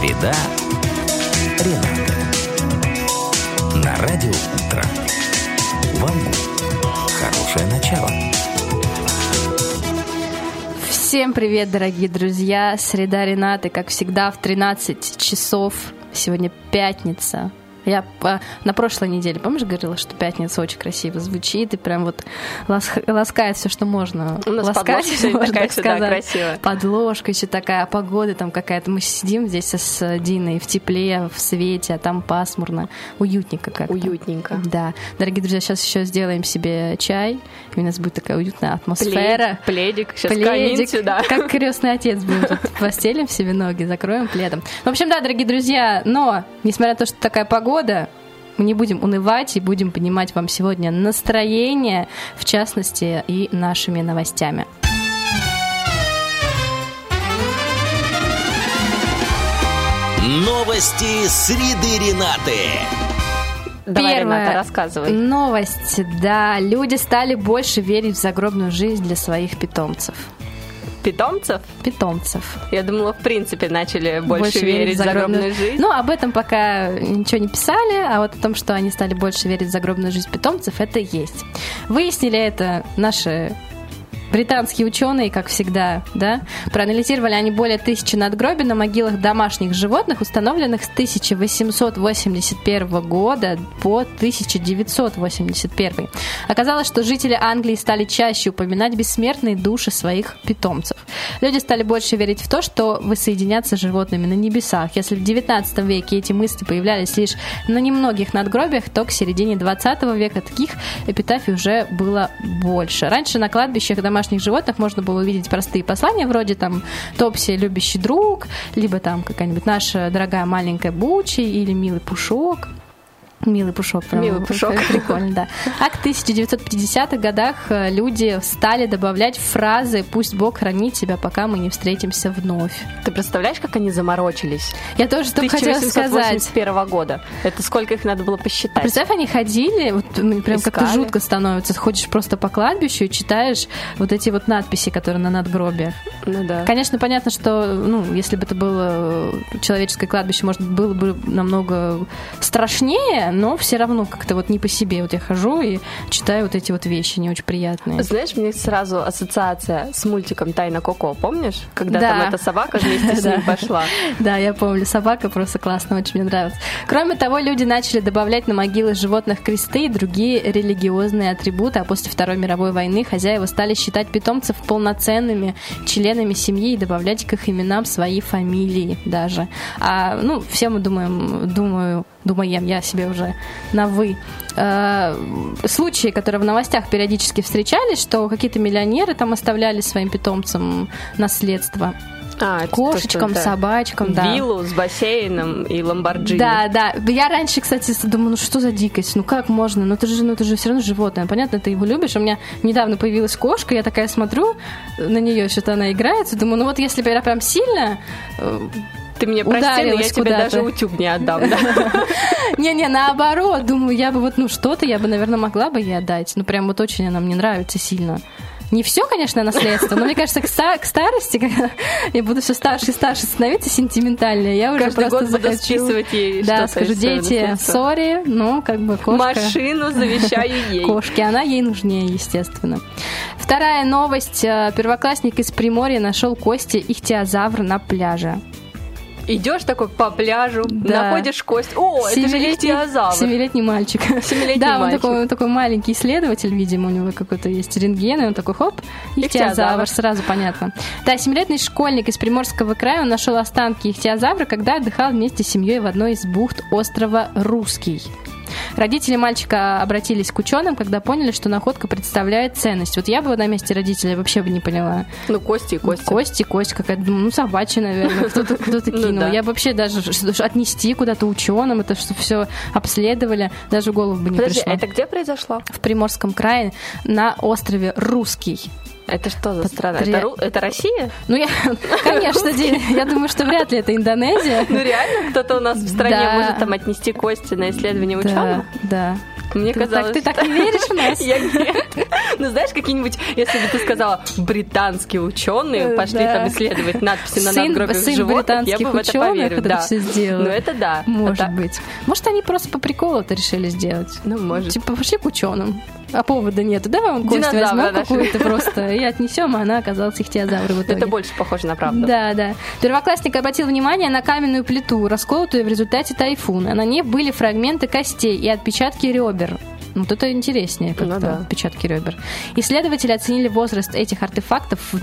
Среда Ренаты. На радио «Утро». Вам хорошее начало. Всем привет, дорогие друзья. Среда Ренаты, как всегда, в 13 часов. Сегодня пятница. Я на прошлой неделе, помнишь, говорила, что пятница очень красиво звучит и прям вот ласкает все, что можно. У нас ласкать, подложка можно такая так всегда сказать. красивая. Подложка еще такая, погода там какая-то. Мы сидим здесь с Диной в тепле, в свете, а там пасмурно. Уютненько как-то. Уютненько. Да. Дорогие друзья, сейчас еще сделаем себе чай, и у нас будет такая уютная атмосфера. Пледик. Сейчас камин сюда. Как крестный отец будем тут постелим себе ноги, закроем пледом. В общем, да, дорогие друзья, но, несмотря на то, что такая погода, мы не будем унывать и будем поднимать вам сегодня настроение, в частности, и нашими новостями. Новости среды Ренаты. Давай, Первая Рената, рассказывай. новость, да, люди стали больше верить в загробную жизнь для своих питомцев. Питомцев. Я думала, в принципе, начали больше верить в загробную жизнь. Ну, об этом пока ничего не писали, а вот о том, что они стали больше верить в загробную жизнь питомцев, это есть. Выяснили это наши британские ученые, как всегда, да, проанализировали они более 1000 надгробий на могилах домашних животных, установленных с 1881 года по 1981. Оказалось, что жители Англии стали чаще упоминать бессмертные души своих питомцев. Люди стали больше верить в то, что воссоединятся с животными на небесах. Если в 19 веке эти мысли появлялись лишь на немногих надгробиях, то к середине 20 века таких эпитафий уже было больше. Раньше на кладбищах домашних животных можно было увидеть простые послания, вроде там «Топси, любящий друг», либо там какая-нибудь «Наша дорогая маленькая Бучи» или «Милый Пушок». Милый Пушок. Прикольно, да. А к 1950-х годах люди стали добавлять фразы «Пусть Бог хранит тебя, пока мы не встретимся вновь». Ты представляешь, как они заморочились? Я тоже что хотела сказать. 1881 года. Это сколько их надо было посчитать? Представь, они ходили, вот прям как-то жутко становится. Ходишь просто по кладбищу и читаешь вот эти вот надписи, которые на надгробиях. Ну да. Конечно, понятно, что, если бы это было человеческое кладбище, может, было бы намного страшнее, но все равно как-то вот не по себе. Вот я хожу и читаю вот эти вот вещи не очень приятные. Знаешь, мне сразу ассоциация с мультиком «Тайна Коко», помнишь? Когда да. там эта собака вместе с ним пошла. Да, я помню. Собака просто классно, очень мне нравится. Кроме того, люди начали добавлять на могилы животных кресты и другие религиозные атрибуты, а после Второй мировой войны хозяева стали считать питомцев полноценными членами семьи и добавлять к их именам свои фамилии даже. Все мы думаем, я себе уже на «вы». Случаи, которые в новостях периодически встречались, что какие-то миллионеры там оставляли своим питомцам наследство. Кошечкам, собачкам, да. Виллу с бассейном и ламборджини. Да. Я раньше, кстати, думала, что за дикость? Как можно? Это же все равно животное. Понятно, ты его любишь. У меня недавно появилась кошка, я такая смотрю на нее, что-то она играется. Думаю, если бы я прям сильно... Ты мне прости, но я тебе даже утюг не отдам, да? Не, наоборот. Думаю, я бы что-то я бы, наверное, могла бы ей отдать. Прям вот очень она мне нравится сильно. Не все, конечно, наследство, но мне кажется, к старости, когда я буду все старше и старше становиться сентиментальнее, я уже каждый просто год захочу... буду списывать ей что-то. Скажу, дети, сори, кошка... Машину завещаю ей. Кошке, она ей нужнее, естественно. Вторая новость. Первоклассник из Приморья нашел кости ихтиозавра на пляже. Идешь такой по пляжу, находишь кость. О, это же ихтиозавр. 7-летний мальчик. Он такой маленький исследователь, видимо, у него какой-то есть рентген, и он такой, хоп, ихтиозавр, сразу понятно. Да, 7-летний школьник из Приморского края, он нашел останки ихтиозавра, когда отдыхал вместе с семьей в одной из бухт острова Русский. Родители мальчика обратились к ученым, когда поняли, что находка представляет ценность. Вот я бы на месте родителей вообще бы не поняла. Кости и кости. Кость какая-то, собачья, наверное, кто-то кинул. Я бы вообще даже отнести куда-то ученым, это что все обследовали, даже в голову бы не пришло. Подожди, это где произошло? В Приморском крае на острове Русский. Это что за страна? Это Россия? Конечно, я думаю, что вряд ли это Индонезия. Реально кто-то у нас в стране может там отнести кости на исследование ученым? Да. Мне казалось... Ты так не веришь в нас? Я нет. Ну, знаешь, какие-нибудь, если бы ты сказала, британские ученые пошли там исследовать надписи на надгробиях животных, я бы в это поверила. Да. Все сделал. Ну, это да. Может быть. Может, они просто по приколу это решили сделать. Ну, может. Типа, пошли к ученым. А повода нету. Давай он кость возьмем какую-то просто и отнесем, а она оказалась ихтиозавр в итоге. Это больше похоже на правду. Да. Первоклассник обратил внимание на каменную плиту, расколотую в результате тайфуна. На ней были фрагменты костей и отпечатки ребер. Вот это интереснее, как-то отпечатки ребер. Исследователи оценили возраст этих артефактов в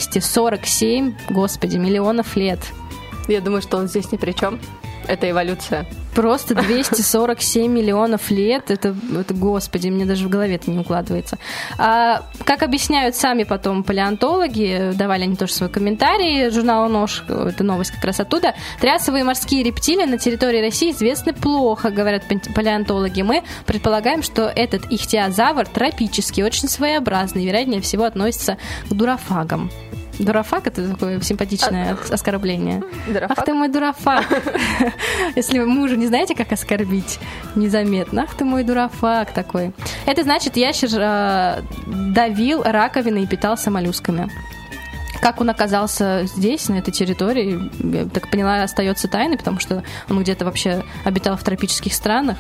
247, миллионов лет. Я думаю, что он здесь ни при чем. Это эволюция. Просто 247 миллионов лет. Это, господи, мне даже в голове это не укладывается. Как объясняют сами потом палеонтологи, давали они тоже свой комментарий, журналу «Нож», это новость как раз оттуда, трясовые морские рептилии на территории России известны плохо, говорят палеонтологи. Мы предполагаем, что этот ихтиозавр тропический, очень своеобразный, вероятнее всего относится к дурофагам. Дурафак — это такое симпатичное оскорбление. Дурафак? Ах ты мой дурафак. Если вы мужа не знаете, как оскорбить незаметно, ах ты мой дурафак такой. Это значит, ящер давил раковины и питался моллюсками. Как он оказался здесь, на этой территории, я так поняла, остается тайной, потому что он где-то вообще обитал в тропических странах.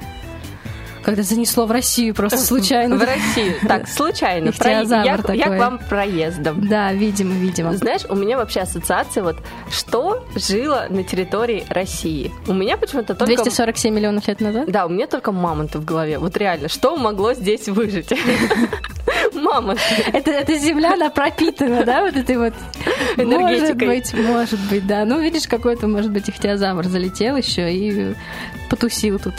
Когда занесло в Россию просто случайно. В Россию. Так, случайно. Я к вам проездом. Да, видимо. Знаешь, у меня вообще ассоциация, вот, что жило на территории России. У меня почему-то только... 247 миллионов лет назад? Да, у меня только мамонты в голове. Вот реально, что могло здесь выжить? Мамонты. Это земля, она пропитана, да, вот этой вот энергетикой. Может быть, да. Ну, видишь, какой-то, может быть, ихтиозавр залетел еще и потусил тут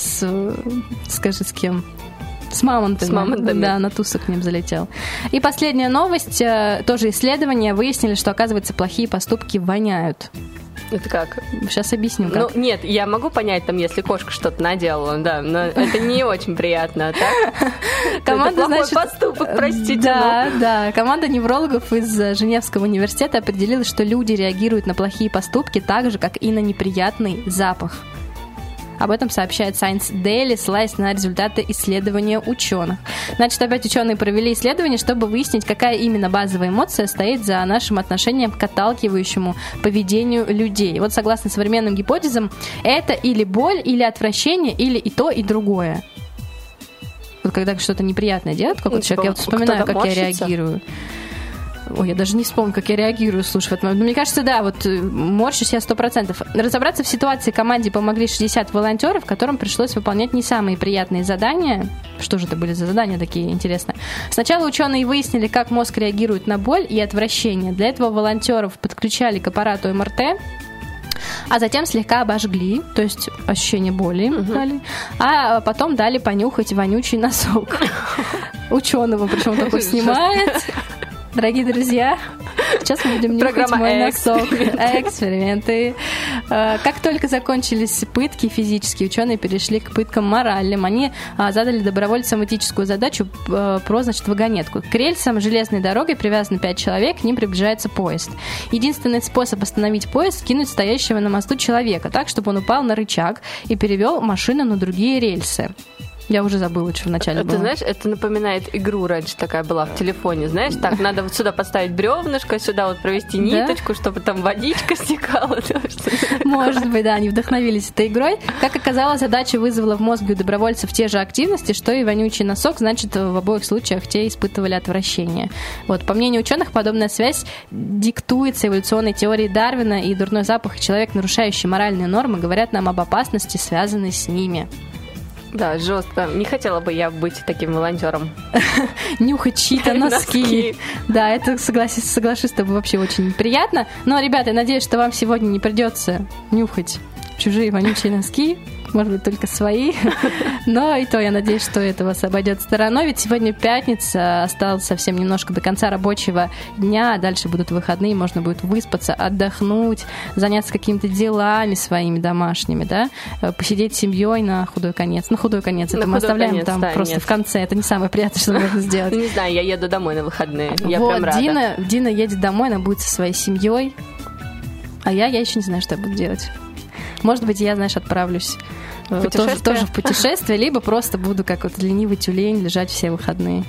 скажи, с кем? С мамонтами. С мамонтами. Да, на тусу к ним залетел. И последняя новость. Тоже исследования выяснили, что, оказывается, плохие поступки воняют. Это как? Сейчас объясню, как. Ну, нет, я могу понять, там, если кошка что-то наделала, да, но это не очень приятно, так? Команда, это плохой поступок, простите. Да. Команда неврологов из Женевского университета определила, что люди реагируют на плохие поступки так же, как и на неприятный запах. Об этом сообщает Science Daily, ссылаясь на результаты исследования ученых. Значит, опять ученые провели исследование, чтобы выяснить, какая именно базовая эмоция стоит за нашим отношением к отталкивающему поведению людей. Вот согласно современным гипотезам, это или боль, или отвращение, или и то, и другое. Вот когда что-то неприятное делает какой-то человек, я вот вспоминаю, как я реагирую. Ой, я даже не вспомню, как я реагирую, слушай, в этот момент. Мне кажется, да, вот морщусь я 100%. Разобраться в ситуации команде помогли 60 волонтеров, которым пришлось выполнять не самые приятные задания. Что же это были за задания такие интересные? Сначала ученые выяснили, как мозг реагирует на боль и отвращение. Для этого волонтеров подключали к аппарату МРТ, а затем слегка обожгли, то есть ощущение боли дали, а потом дали понюхать вонючий носок. Ученого, причем такой снимает. Дорогие друзья, сейчас мы будем нюхать мой носок. Эксперименты. Как только закончились пытки физические, ученые перешли к пыткам моральным. Они задали добровольцам этическую задачу про, значит, вагонетку. К рельсам железной дорогой привязаны 5 человек, к ним приближается поезд. Единственный способ остановить поезд — скинуть стоящего на мосту человека так, чтобы он упал на рычаг и перевел машину на другие рельсы. Я уже забыла, что вначале было. Ты знаешь, это напоминает игру раньше такая была в телефоне. Знаешь, так, надо вот сюда поставить бревнышко, сюда вот провести ниточку, чтобы там водичка стекала. Может быть, да, они вдохновились этой игрой. Как оказалось, задача вызвала в мозге у добровольцев те же активности, что и вонючий носок, значит, в обоих случаях те испытывали отвращение. Вот, по мнению ученых, подобная связь диктуется эволюционной теорией Дарвина, и дурной запах и человек, нарушающий моральные нормы, говорят нам об опасности, связанной с ними. Да, жестко. Не хотела бы я быть таким волонтером. Нюхать чьи-то носки. Да, это, соглашусь с тобой, вообще очень приятно. Но, ребята, я надеюсь, что вам сегодня не придется нюхать чужие вонючие носки. Может быть, только свои. Но и то я надеюсь, что это вас обойдет стороной. Ведь сегодня пятница, осталось совсем немножко до конца рабочего дня. Дальше будут выходные, можно будет выспаться, отдохнуть, заняться какими-то делами своими домашними, да? Посидеть с семьей на худой конец. На худой конец. Это мы оставляем там просто в конце. Это не самое приятное, что можно сделать. Не знаю, я еду домой на выходные. Я прям рада. Дина едет домой, она будет со своей семьей. А я еще не знаю, что я буду делать. Может быть, я, знаешь, отправлюсь тоже в путешествие, либо просто буду как вот ленивый тюлень лежать все выходные.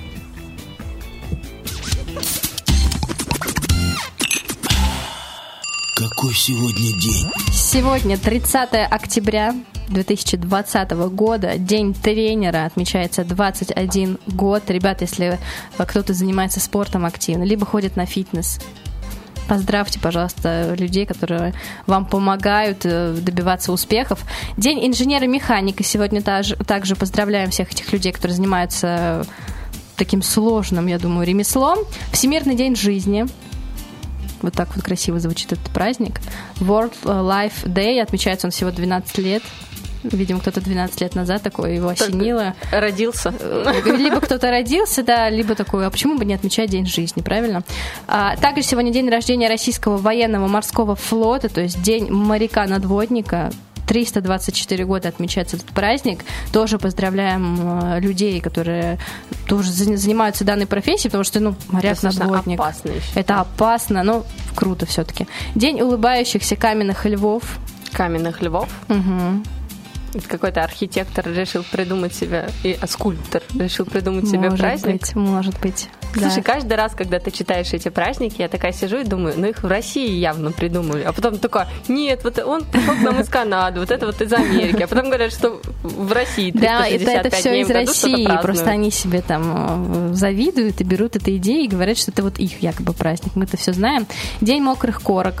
Какой сегодня день? Сегодня 30 октября 2020 года, день тренера, отмечается 21 год. Ребята, если кто-то занимается спортом активно, либо ходит на фитнес, поздравьте, пожалуйста, людей, которые вам помогают добиваться успехов. День инженера-механика. Сегодня также поздравляем всех этих людей, которые занимаются таким сложным, я думаю, ремеслом. Всемирный день жизни. Вот так вот красиво звучит этот праздник. World Life Day. Отмечается он всего 12 лет. Видимо, кто-то 12 лет назад такое его осенило. Родился. Либо кто-то родился, да, либо такой, а почему бы не отмечать День жизни, правильно? Также сегодня день рождения российского военного морского флота, то есть День моряка-надводника. 324 года отмечается этот праздник. Тоже поздравляем людей, которые тоже занимаются данной профессией, потому что, моряк-надводник. Это опасно, но круто все-таки. День улыбающихся каменных львов. Каменных львов? Угу. Какой-то архитектор решил придумать себе, скульптор решил придумать себе праздник. Может быть. Слушай, да. Каждый раз, когда ты читаешь эти праздники, я такая сижу и думаю, их в России явно придумали. А потом такая, нет, вот он пришел к нам из Канады, вот это вот из Америки. А потом говорят, что в России 365 да, это все дней из в году России. Просто они себе там завидуют и берут эту идею и говорят, что это вот их якобы праздник. Мы это все знаем. День мокрых корок.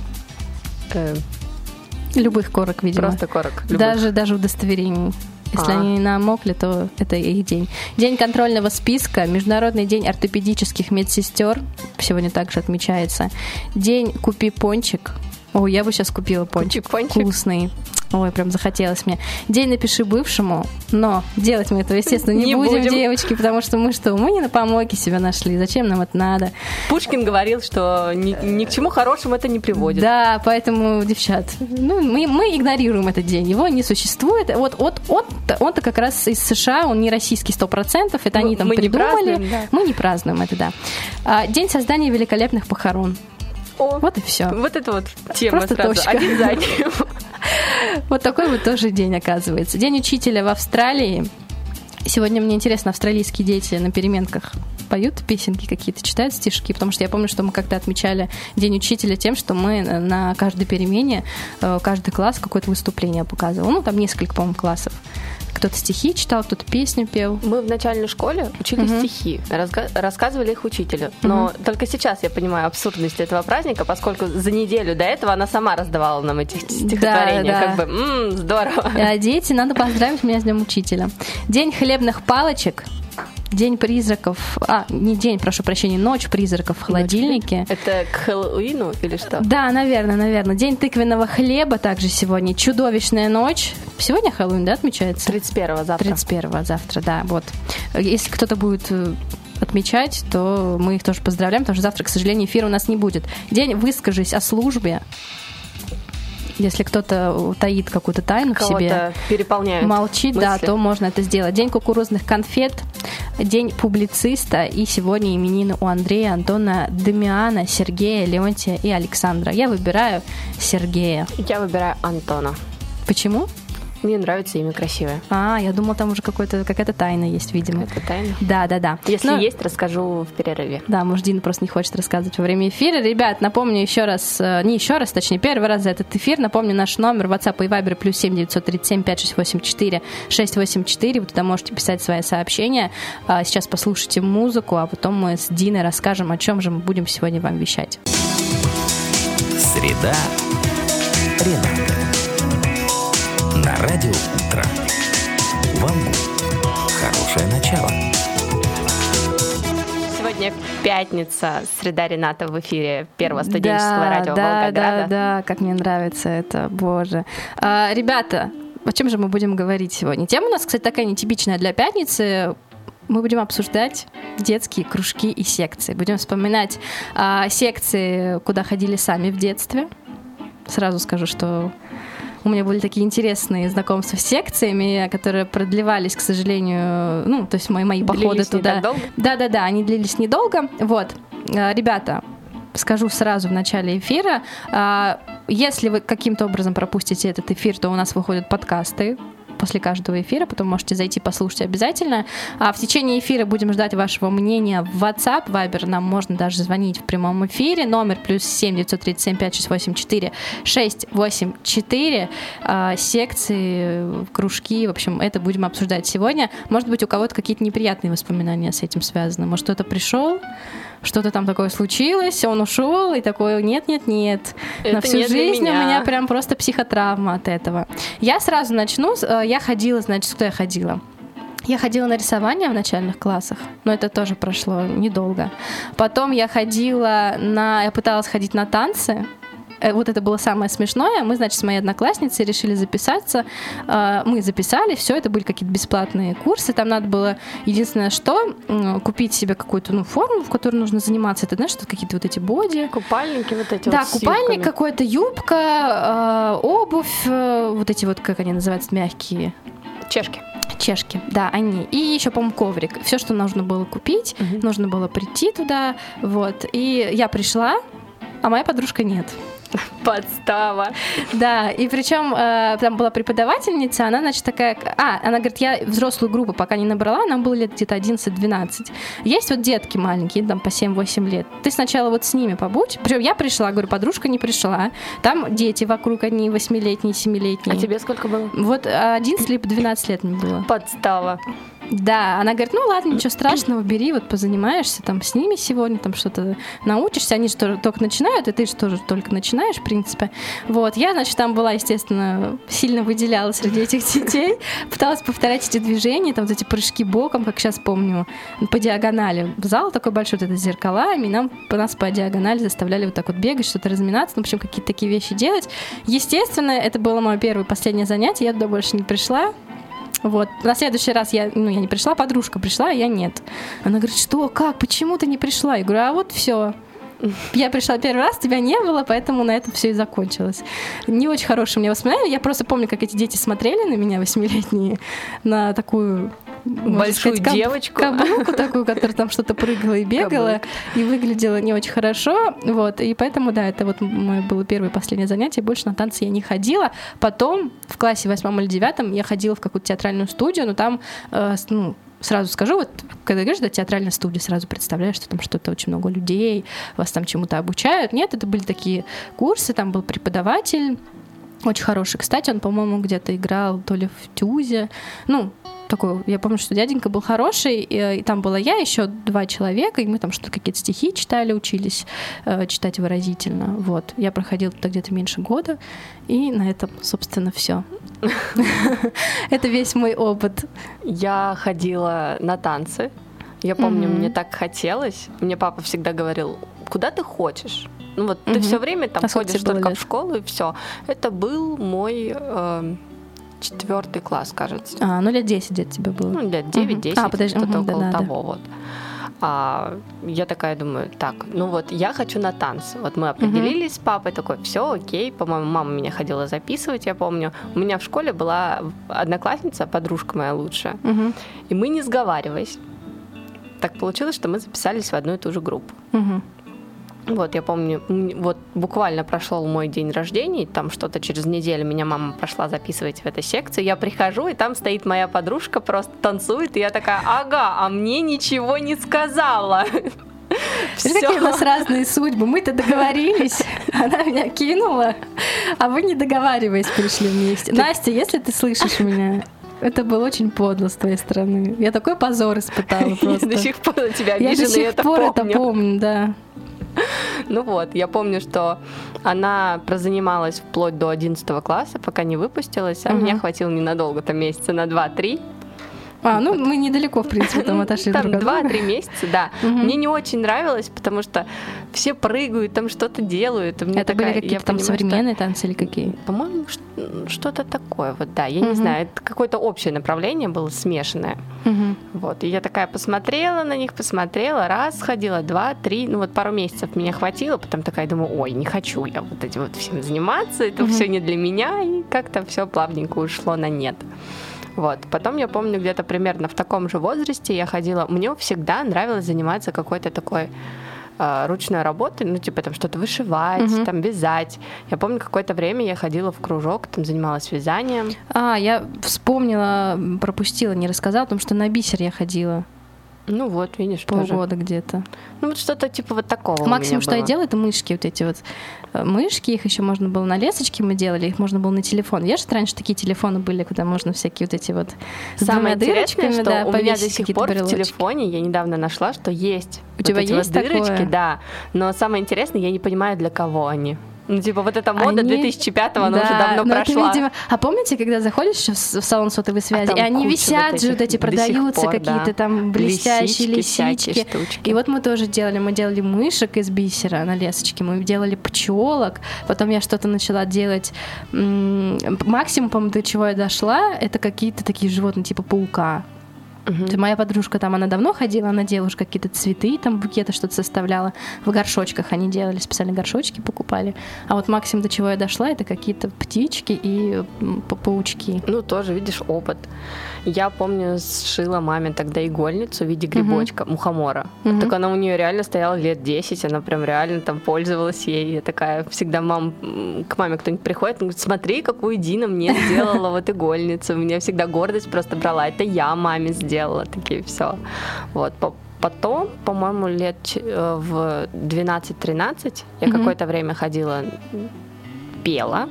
Любых корок, видимо. Просто корок. Даже удостоверений. Если они намокли, то это их день. День контрольного списка. Международный день ортопедических медсестер. Сегодня также отмечается. День купи пончик. Ой, я бы сейчас купила пончик. Вкусный. Ой, прям захотелось мне. День напиши бывшему, но делать мы этого, естественно, не будем, девочки, потому что мы не на помойке себя нашли. Зачем нам это надо? Пушкин говорил, что ни к чему хорошему это не приводит. Да, поэтому, девчат, мы игнорируем этот день. Его не существует. Он-то как раз из США, он не российский 100%. Это они там придумали. Мы не празднуем это, да. День создания великолепных похорон. Вот и все. Вот это вот тема просто сразу. Точка. Один за одним. Вот такой вот тоже день, оказывается. День учителя в Австралии. Сегодня мне интересно, австралийские дети на переменках поют песенки какие-то, читают стишки, потому что я помню, что мы как-то отмечали День учителя тем, что мы на каждой перемене, каждый класс какое-то выступление показывал. Там несколько, по-моему, классов. Кто-то стихи читал, кто-то песню пел. Мы в начальной школе учили стихи, рассказывали их учителю. Но только сейчас я понимаю абсурдность этого праздника, поскольку за неделю до этого она сама раздавала нам эти стихотворения. Да. Как бы, здорово. Дети, надо поздравить меня с Днем учителя. День хлебных палочек. День призраков. Не день, прошу прощения, ночь призраков в холодильнике. Это к Хэллоуину или что? Да, наверное. День тыквенного хлеба также сегодня. Чудовищная ночь. Сегодня Хэллоуин, да, отмечается? 31-го завтра. 31-го завтра, да, вот. Если кто-то будет отмечать, то мы их тоже поздравляем, потому что завтра, к сожалению, эфира у нас не будет. День «Выскажись о службе». Если кто-то таит какую-то тайну в себе, молчит, мысли. Да, то можно это сделать. День кукурузных конфет, день публициста, и сегодня именины у Андрея, Антона, Дамиана, Сергея, Леонтия и Александра. Я выбираю Сергея. Я выбираю Антона. Почему? Мне нравится имя красивое. Я думала, там уже какая-то тайна есть, видимо. Это тайна? Да. Если есть, расскажу в перерыве. Да, может, Дина просто не хочет рассказывать во время эфира. Ребят, напомню первый раз за этот эфир. Напомню наш номер WhatsApp и Viber +7 937 5684 684. Вы туда можете писать свои сообщения. Сейчас послушайте музыку, а потом мы с Диной расскажем, о чем же мы будем сегодня вам вещать. Среда Рената. На радио «Утро». Вам хорошее начало. Сегодня пятница, среда Рената в эфире первого студенческого радио Волгограда. Да, как мне нравится это, боже. Ребята, о чем же мы будем говорить сегодня? Тема у нас, кстати, такая нетипичная для пятницы. Мы будем обсуждать детские кружки и секции. Будем вспоминать секции, куда ходили сами в детстве. Сразу скажу, что у меня были такие интересные знакомства с секциями, которые продлевались, к сожалению, то есть мои походы туда. Да, они длились недолго. Вот, ребята, скажу сразу в начале эфира, если вы каким-то образом пропустите этот эфир, то у нас выходят подкасты после каждого эфира, потом можете зайти послушать обязательно. А в течение эфира будем ждать вашего мнения в WhatsApp, Viber, нам можно даже звонить в прямом эфире, номер +7 937 5684 684, секции, кружки, в общем, это будем обсуждать сегодня. Может быть, у кого-то какие-то неприятные воспоминания с этим связаны, может, кто-то пришел, что-то там такое случилось, он ушел, и такой, нет, на всю жизнь у меня прям просто психотравма от этого. Я сразу начну, я ходила, значит, куда я ходила? Я ходила на рисование в начальных классах, но это тоже прошло недолго. Потом я пыталась ходить на танцы. Вот это было самое смешное. Мы, значит, с моей одноклассницей решили записаться. Мы записали, все, это были какие-то бесплатные курсы. Там надо было, единственное, что купить себе какую-то форму, в которой нужно заниматься. Это, знаешь, какие-то вот эти боди. Купальники вот эти да, вот с купальник юбками. какой-то, юбка, обувь, вот эти вот, как они называются, мягкие. Чешки, да, они. И еще, по-моему, коврик. Все, что нужно было купить, нужно было прийти туда. Вот. И я пришла, а моя подружка нет. Подстава. Да, и причем там была преподавательница, она, значит, такая... она говорит, я взрослую группу пока не набрала, нам было лет где-то 11-12. Есть вот детки маленькие, там по 7-8 лет. Ты сначала вот с ними побудь. Причем я пришла, говорю, подружка не пришла. Там дети вокруг, они 8-летние, 7-летние. А тебе сколько было? Вот 11 либо 12 лет мне было. Подстава. Да, она говорит, ну ладно, ничего страшного, бери, вот позанимаешься там с ними сегодня, там что-то научишься, они же только начинают, и ты же тоже только начинаешь, в принципе. Вот, я, значит, там была, естественно, сильно выделялась среди этих детей, пыталась повторять эти движения, там вот эти прыжки боком, как сейчас помню, по диагонали. Зал такой большой, вот это с зеркалами, и нас по диагонали заставляли вот так вот бегать, что-то разминаться, ну, в общем, какие-то такие вещи делать. Естественно, это было мое первое и последнее занятие, я туда больше не пришла. Вот. На следующий раз я не пришла, подружка пришла, а я нет. Она говорит, что, как, почему ты не пришла? Я говорю, а вот все. Я пришла первый раз, тебя не было, поэтому на этом все и закончилось. Не очень хорошие у меня воспоминания. Я просто помню, как эти дети смотрели на меня, 8-летние, на такую... Большую девочку. Каблуку такую, которая там что-то прыгала и бегала, и выглядела не очень хорошо. Вот. И поэтому, да, это вот мое было первое и последнее занятие. Больше на танцы я не ходила. Потом в классе 8 или 9 я ходила в какую-то театральную студию, но там, сразу скажу, вот когда говоришь, да, театральная студия, сразу представляешь, что там что-то очень много людей, вас там чему-то обучают. Нет, это были такие курсы, там был преподаватель, очень хороший. Кстати, он, по-моему, где-то играл то ли в Тюзе, такой, я помню, что дяденька был хороший, и там была я, еще 2 человека, и мы там что-то, какие-то стихи читали, учились читать выразительно. Вот. Я проходила туда где-то меньше года, и на этом, собственно, все. Это весь мой опыт. Я ходила на танцы. Я помню, мне так хотелось. Мне папа всегда говорил, куда ты хочешь? Ну вот ты все время там ходишь только в школу, и все. Это был мой 4 класс, кажется. Лет 10 где-то тебе было. Лет 9-10, что-то около того. Вот. Я такая думаю, так, я хочу на танцы. Вот мы определились с папой, такой, все, окей. По-моему, мама меня ходила записывать, я помню. У меня в школе была одноклассница, подружка моя лучшая. И мы, не сговариваясь, так получилось, что мы записались в одну и ту же группу. Вот, я помню, вот буквально прошел мой день рождения, там что-то через неделю меня мама пошла записывать в этой секции, я прихожу, и там стоит моя подружка, просто танцует, и я такая, а мне ничего не сказала. Какие у нас разные судьбы. Мы-то договорились, она меня кинула, а вы не договариваясь пришли вместе. Настя, если ты слышишь меня... Это было очень подло с твоей стороны. Я такой позор испытала просто. Я до сих пор на тебя обижена, я до сих пор это помню, да. Ну вот, я помню, что она прозанималась вплоть до 11 класса, пока не выпустилась, а меня хватило ненадолго, там месяца на 2-3. Мы недалеко, в принципе, там отошли друг от друга. Там 2-3 месяца, да. Мне не очень нравилось, потому что все прыгают, там что-то делают. Это были какие-то там современные танцы или какие? По-моему, что-то такое, вот, да. Я не знаю, это какое-то общее направление было смешанное. Вот, и я такая посмотрела на них, раз, сходила, 2-3, пару месяцев меня хватило, потом такая думаю, ой, не хочу я вот этим вот всем заниматься, это все не для меня, и как-то все плавненько ушло на нет. Вот. Потом я помню, где-то примерно в таком же возрасте я ходила. Мне всегда нравилось заниматься какой-то такой ручной работы, ну, типа там что-то вышивать, там вязать. Я помню, какое-то время я ходила в кружок, там занималась вязанием. Я вспомнила, пропустила, не рассказала, потому что на бисер я ходила. Ну вот, видишь, полгода где-то. Ну вот что-то типа вот такого. Максимум, что я делаю, это мышки, вот эти вот мышки, их еще можно было на лесочке мы делали, их можно было на телефон. Я же раньше такие телефоны были, куда можно всякие вот эти вот с двумя дырочками, что да, у меня до сих пор в телефоне я недавно нашла, что есть у тебя эти есть вот дырочки, такое? Да. Но самое интересное, я не понимаю, для кого они. Ну, типа, вот эта мода 2005-го, она уже давно прошла. Видимо, помните, когда заходишь в салон сотовой связи, и они висят же, вот эти продаются какие-то там блестящие лисички. И вот мы тоже делали, мы делали мышек из бисера на лесочке, мы делали пчелок, потом я что-то начала делать. Максимум, по-моему, до чего я дошла, это какие-то такие животные, типа паука. Моя подружка там, она давно ходила, она делала уже какие-то цветы, там букеты что-то составляла. В горшочках они делали, специально горшочки покупали. А вот максимум, до чего я дошла, это какие-то птички и паучки. Ну, тоже, видишь, опыт. Я помню, сшила маме тогда игольницу в виде грибочка, мухомора. Так она у нее реально стояла лет 10, она прям реально там пользовалась ей. Я такая всегда к маме кто-нибудь приходит, говорит, смотри, какую Дина мне сделала вот игольницу. У меня всегда гордость просто брала. Это я маме сделала, такие все. Вот. Потом, по-моему, лет в 12-13 я какое-то время ходила, пела.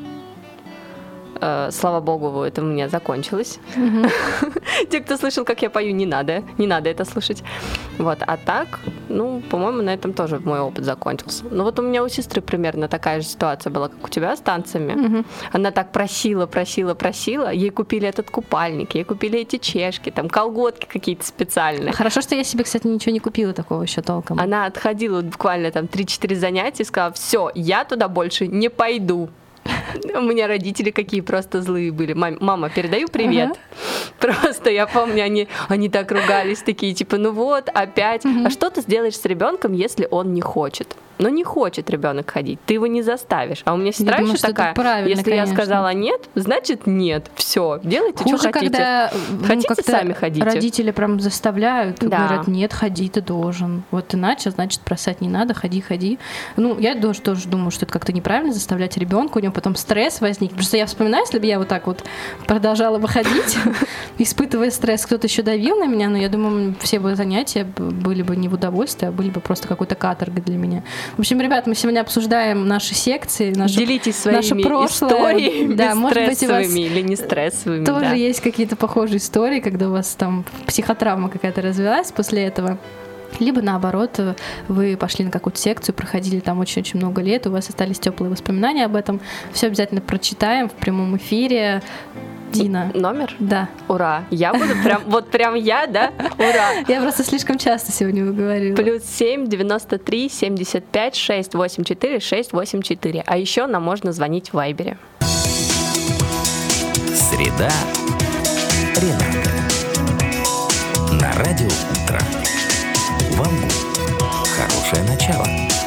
Слава богу, это у меня закончилось. Те, кто слышал, как я пою, не надо это слушать. Вот, а так, ну, по-моему, на этом тоже мой опыт закончился. Ну, вот у меня у сестры примерно такая же ситуация была, как у тебя с танцами. Она так просила, ей купили этот купальник, ей купили эти чешки, там, колготки какие-то специальные. Хорошо, что я себе, кстати, ничего не купила такого еще толком. Она отходила буквально там 3-4 занятия и сказала, все, я туда больше не пойду. У меня родители какие просто злые были. Мама, передаю привет. Просто я помню, они так ругались, такие, типа, ну вот, опять. А что ты сделаешь с ребенком, если он не хочет? Но не хочет ребенок ходить, ты его не заставишь. А у меня сестра еще такая, если конечно. Я сказала нет, значит нет, все, делайте, хуже, что хотите. Когда, хотите, сами ходите. Родители прям заставляют, говорят, нет, ходи, ты должен. Вот иначе, значит, бросать не надо, ходи. Ну, я тоже думаю, что это как-то неправильно заставлять ребенка, у него потом стресс возникнет. Просто я вспоминаю, если бы я вот так вот продолжала бы ходить, испытывая стресс, кто-то еще давил на меня, но я думаю, все бы занятия были бы не в удовольствие, а были бы просто какой-то каторгой для меня. В общем, ребят, мы сегодня обсуждаем наши секции, делитесь своими историями, да, может быть, у вас или не стрессовыми. Тоже есть какие-то похожие истории, когда у вас там психотравма какая-то развилась после этого. Либо наоборот, вы пошли на какую-то секцию, проходили там очень-очень много лет, у вас остались теплые воспоминания об этом. Все обязательно прочитаем в прямом эфире. Дина. Номер? Да. Ура. Я буду прям я, да? Ура. Я просто слишком часто сегодня выговорила. +7 93 75 684 684. А еще нам можно звонить в Вайбере. Среда. Рената. На радио утро. Вам хорошее начало.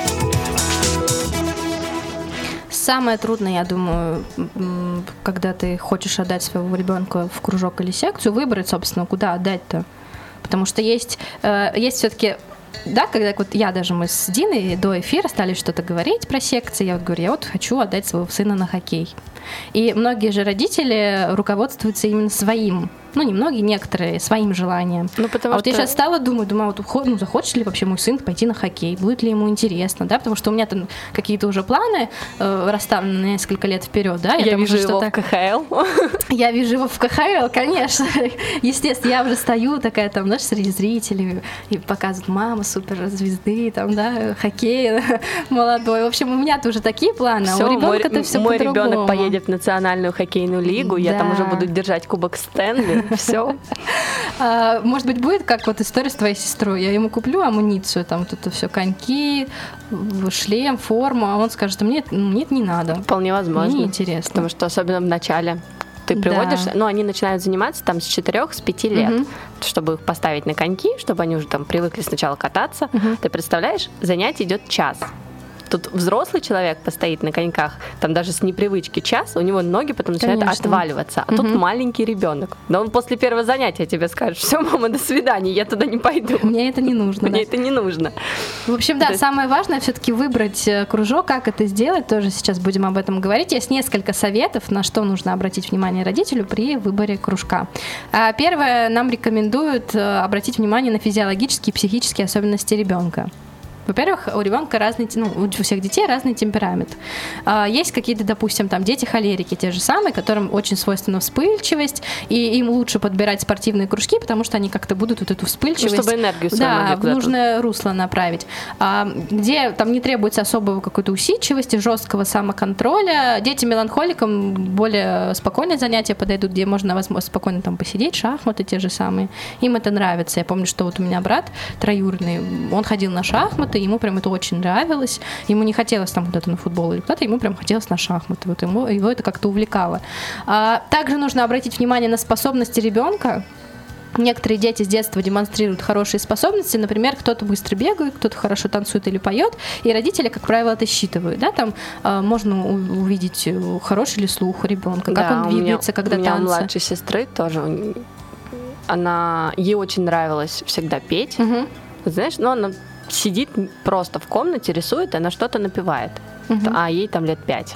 Самое трудное, я думаю, когда ты хочешь отдать своего ребенка в кружок или секцию, выбрать, собственно, куда отдать-то. Потому что есть все-таки, да, когда вот мы с Диной до эфира стали что-то говорить про секции, я вот говорю, я вот хочу отдать своего сына на хоккей. И многие же родители руководствуются именно своим, ну, не многие, некоторые, своим желанием. Ну, потому вот я сейчас стала думать, захочет ли вообще мой сын пойти на хоккей, будет ли ему интересно, да, потому что у меня там какие-то уже планы расставлены на несколько лет вперед, да. Я вижу его в КХЛ. Я вижу его в КХЛ, конечно. Естественно, я уже стою такая там, знаешь, среди зрителей и показывают, мама суперзвезды, там, да, хоккей молодой. В общем, у меня-то уже такие планы, а у ребенка-то все по-другому. Мой ребенок поедет в национальную хоккейную лигу, я там уже буду держать кубок Стэнли. Все. Может быть, будет как вот история с твоей сестрой. Я ему куплю амуницию, там вот это все, коньки, шлем, форму, а он скажет, нет, не надо. Вполне возможно. Мне интересно. Потому что особенно в начале ты приводишь, они начинают заниматься там с 4-5 лет, чтобы их поставить на коньки, чтобы они уже там привыкли сначала кататься. Ты представляешь, занятие идет час. Тут взрослый человек постоит на коньках, там даже с непривычки час, у него ноги потом начинают отваливаться. А тут маленький ребенок. Да он после первого занятия тебе скажет: все, мама, до свидания, я туда не пойду. Мне это не нужно. Мне это не нужно. В общем, да, самое важное все-таки выбрать кружок, как это сделать, тоже сейчас будем об этом говорить. Есть несколько советов, на что нужно обратить внимание родителю при выборе кружка. Первое, нам рекомендуют обратить внимание на физиологические и психические особенности ребенка. Во-первых, у ребенка разный, у всех детей разный темперамент. Есть какие-то, допустим, там дети-холерики, те же самые, которым очень свойственна вспыльчивость, и им лучше подбирать спортивные кружки, потому что они как-то будут вот эту вспыльчивость, чтобы энергию свою в нужное русло направить. Где там не требуется особого какой-то усидчивости, жесткого самоконтроля. Дети-меланхоликам более спокойные занятия подойдут, где можно спокойно там посидеть, шахматы те же самые. Им это нравится. Я помню, что вот у меня брат троюродный, он ходил на шахматы, ему прям это очень нравилось. Ему не хотелось там куда-то на футбол или куда-то, ему прям хотелось на шахматы. Вот его это как-то увлекало. Также нужно обратить внимание на способности ребенка. Некоторые дети с детства демонстрируют хорошие способности, например, кто-то быстро бегает, кто-то хорошо танцует или поет, и родители, как правило, это считывают. Да? Там можно увидеть, хороший ли слух у ребенка, как он двигается, когда танцы. У меня младшей сестры тоже, ей очень нравилось всегда петь. Угу. Знаешь, она сидит просто в комнате, рисует, и она что-то напевает. А ей там лет 5.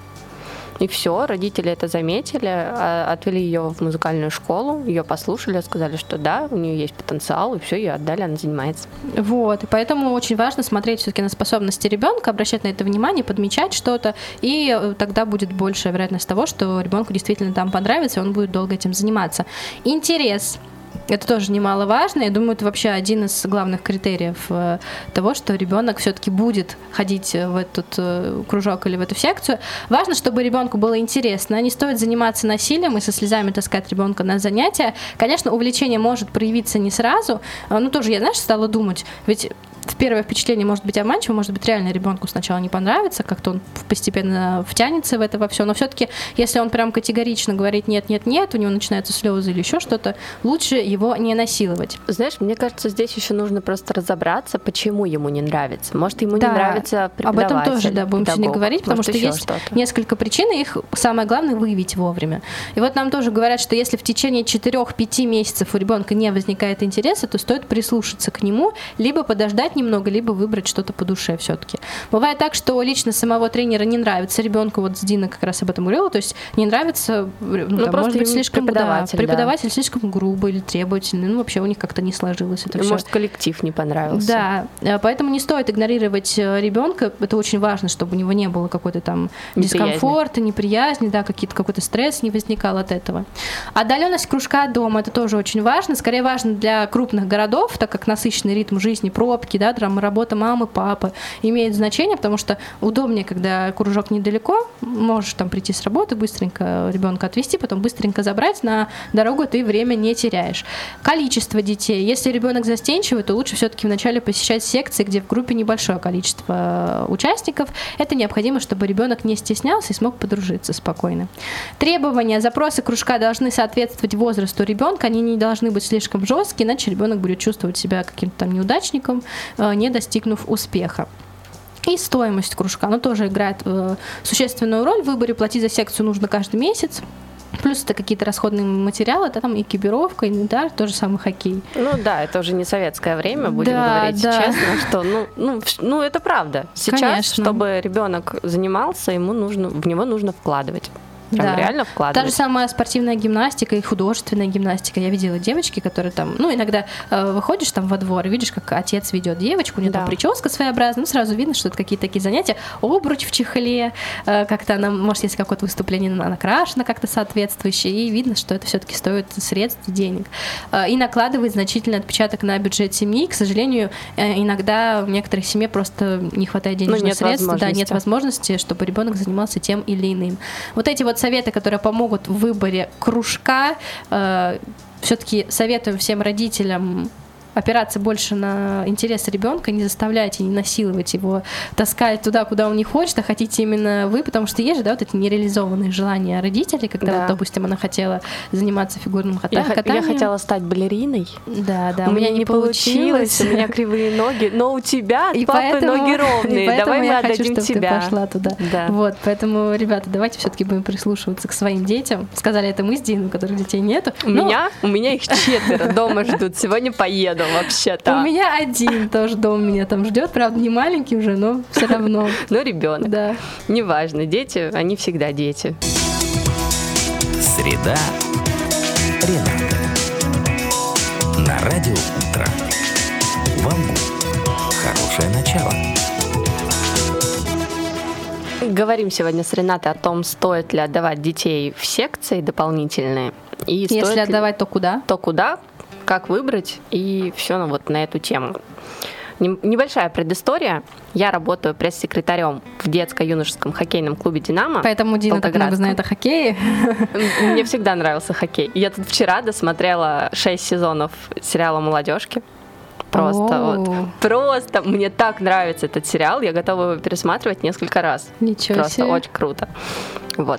И все, родители это заметили, отвели ее в музыкальную школу, ее послушали, сказали, что да, у нее есть потенциал, и все, ее отдали, она занимается. Вот, и поэтому очень важно смотреть все-таки на способности ребенка, обращать на это внимание, подмечать что-то, и тогда будет большая вероятность того, что ребенку действительно там понравится, и он будет долго этим заниматься. Интерес. Это тоже немаловажно. Я думаю, это вообще один из главных критериев того, что ребенок все-таки будет ходить в этот кружок или в эту секцию. Важно, чтобы ребенку было интересно. Не стоит заниматься насилием и со слезами таскать ребенка на занятия. Конечно, увлечение может проявиться не сразу. Тоже я, стала думать, ведь первое впечатление может быть обманчиво, может быть, реально ребенку сначала не понравится, как-то он постепенно втянется в это во все, но все-таки, если он прям категорично говорит нет, нет, нет, у него начинаются слезы или еще что-то, лучше его не насиловать. Знаешь, мне кажется, здесь еще нужно просто разобраться, почему ему не нравится. Может, ему не нравится преподаватель. Об этом тоже, будем сегодня говорить, потому что есть несколько причин, и их самое главное выявить вовремя. И вот нам тоже говорят, что если в течение 4-5 месяцев у ребенка не возникает интереса, то стоит прислушаться к нему, либо подождать немного, либо выбрать что-то по душе все-таки. Бывает так, что лично самого тренера не нравится ребенку, вот Дина как раз об этом говорила, то есть не нравится, может быть, слишком преподаватель слишком грубый или требовательный, вообще у них как-то не сложилось это все. Может, коллектив не понравился. Да, поэтому не стоит игнорировать ребенка, это очень важно, чтобы у него не было какой-то там дискомфорта, неприязни, какой-то стресс не возникал от этого. Отдаленность кружка от дома, это тоже очень важно, скорее важно для крупных городов, так как насыщенный ритм жизни, пробки, работа мамы, папы имеет значение, потому что удобнее, когда кружок недалеко, можешь там прийти с работы, быстренько ребенка отвезти, потом быстренько забрать, на дорогу ты время не теряешь. Количество детей. Если ребенок застенчивый, то лучше все-таки вначале посещать секции, где в группе небольшое количество участников. Это необходимо, чтобы ребенок не стеснялся и смог подружиться спокойно. Требования, запросы кружка должны соответствовать возрасту ребенка, они не должны быть слишком жесткие, иначе ребенок будет чувствовать себя каким-то там неудачником, не достигнув успеха. И стоимость кружка, тоже играет существенную роль. В выборе платить за секцию нужно каждый месяц. Плюс это какие-то расходные материалы, там экипировка, инвентарь, тот же самый хоккей. Это уже не советское время, будем говорить честно, что это правда. Сейчас, конечно, чтобы ребенок занимался, в него нужно вкладывать. Реально вкладывать. Та же самая спортивная гимнастика и художественная гимнастика. Я видела девочки, которые там, иногда выходишь там во двор и видишь, как отец ведет девочку, у нее там прическа своеобразная, сразу видно, что это какие-то такие занятия, обруч в чехле, как-то она, может, если какое-то выступление, она накрашена как-то соответствующе, и видно, что это все-таки стоит средств, денег. И накладывает значительный отпечаток на бюджет семьи. К сожалению, иногда в некоторых семьях просто не хватает денежных средств, нет возможности, чтобы ребенок занимался тем или иным. Вот эти советы, которые помогут в выборе кружка. Все-таки советуем всем родителям опираться больше на интересы ребенка, не заставлять и не насиловать его, таскать туда, куда он не хочет, а хотите именно вы, потому что есть же, да, вот эти нереализованные желания родителей, когда, вот, допустим, она хотела заниматься фигурным катанием. Я хотела стать балериной. Да. У меня не получилось, у меня кривые ноги, но у тебя от папы ноги ровные, давай мы отдадим тебя. Ты пошла туда. Да. Вот, поэтому, ребята, давайте все-таки будем прислушиваться к своим детям. Сказали это мы с Диной, у которых детей нету. У меня их 4 дома ждут. Сегодня поеду вообще-то. У меня 1 тоже дома меня там ждет, правда, не маленький уже, но все равно. Но ребенок. Да. Неважно, дети, они всегда дети. Среда Рената. На радио «Утро». Вам хорошее начало. Говорим сегодня с Ренатой о том, стоит ли отдавать детей в секции дополнительные. И если отдавать, то куда? То куда, как выбрать, и все вот на эту тему. Небольшая предыстория. Я работаю пресс-секретарем в детско-юношеском хоккейном клубе «Динамо». Поэтому Дина так много знает о хоккее. Мне всегда нравился хоккей. Я тут вчера досмотрела 6 сезонов сериала «Молодежки». Просто мне так нравится этот сериал, я готова его пересматривать несколько раз. Ничего просто себе. Очень круто. Вот.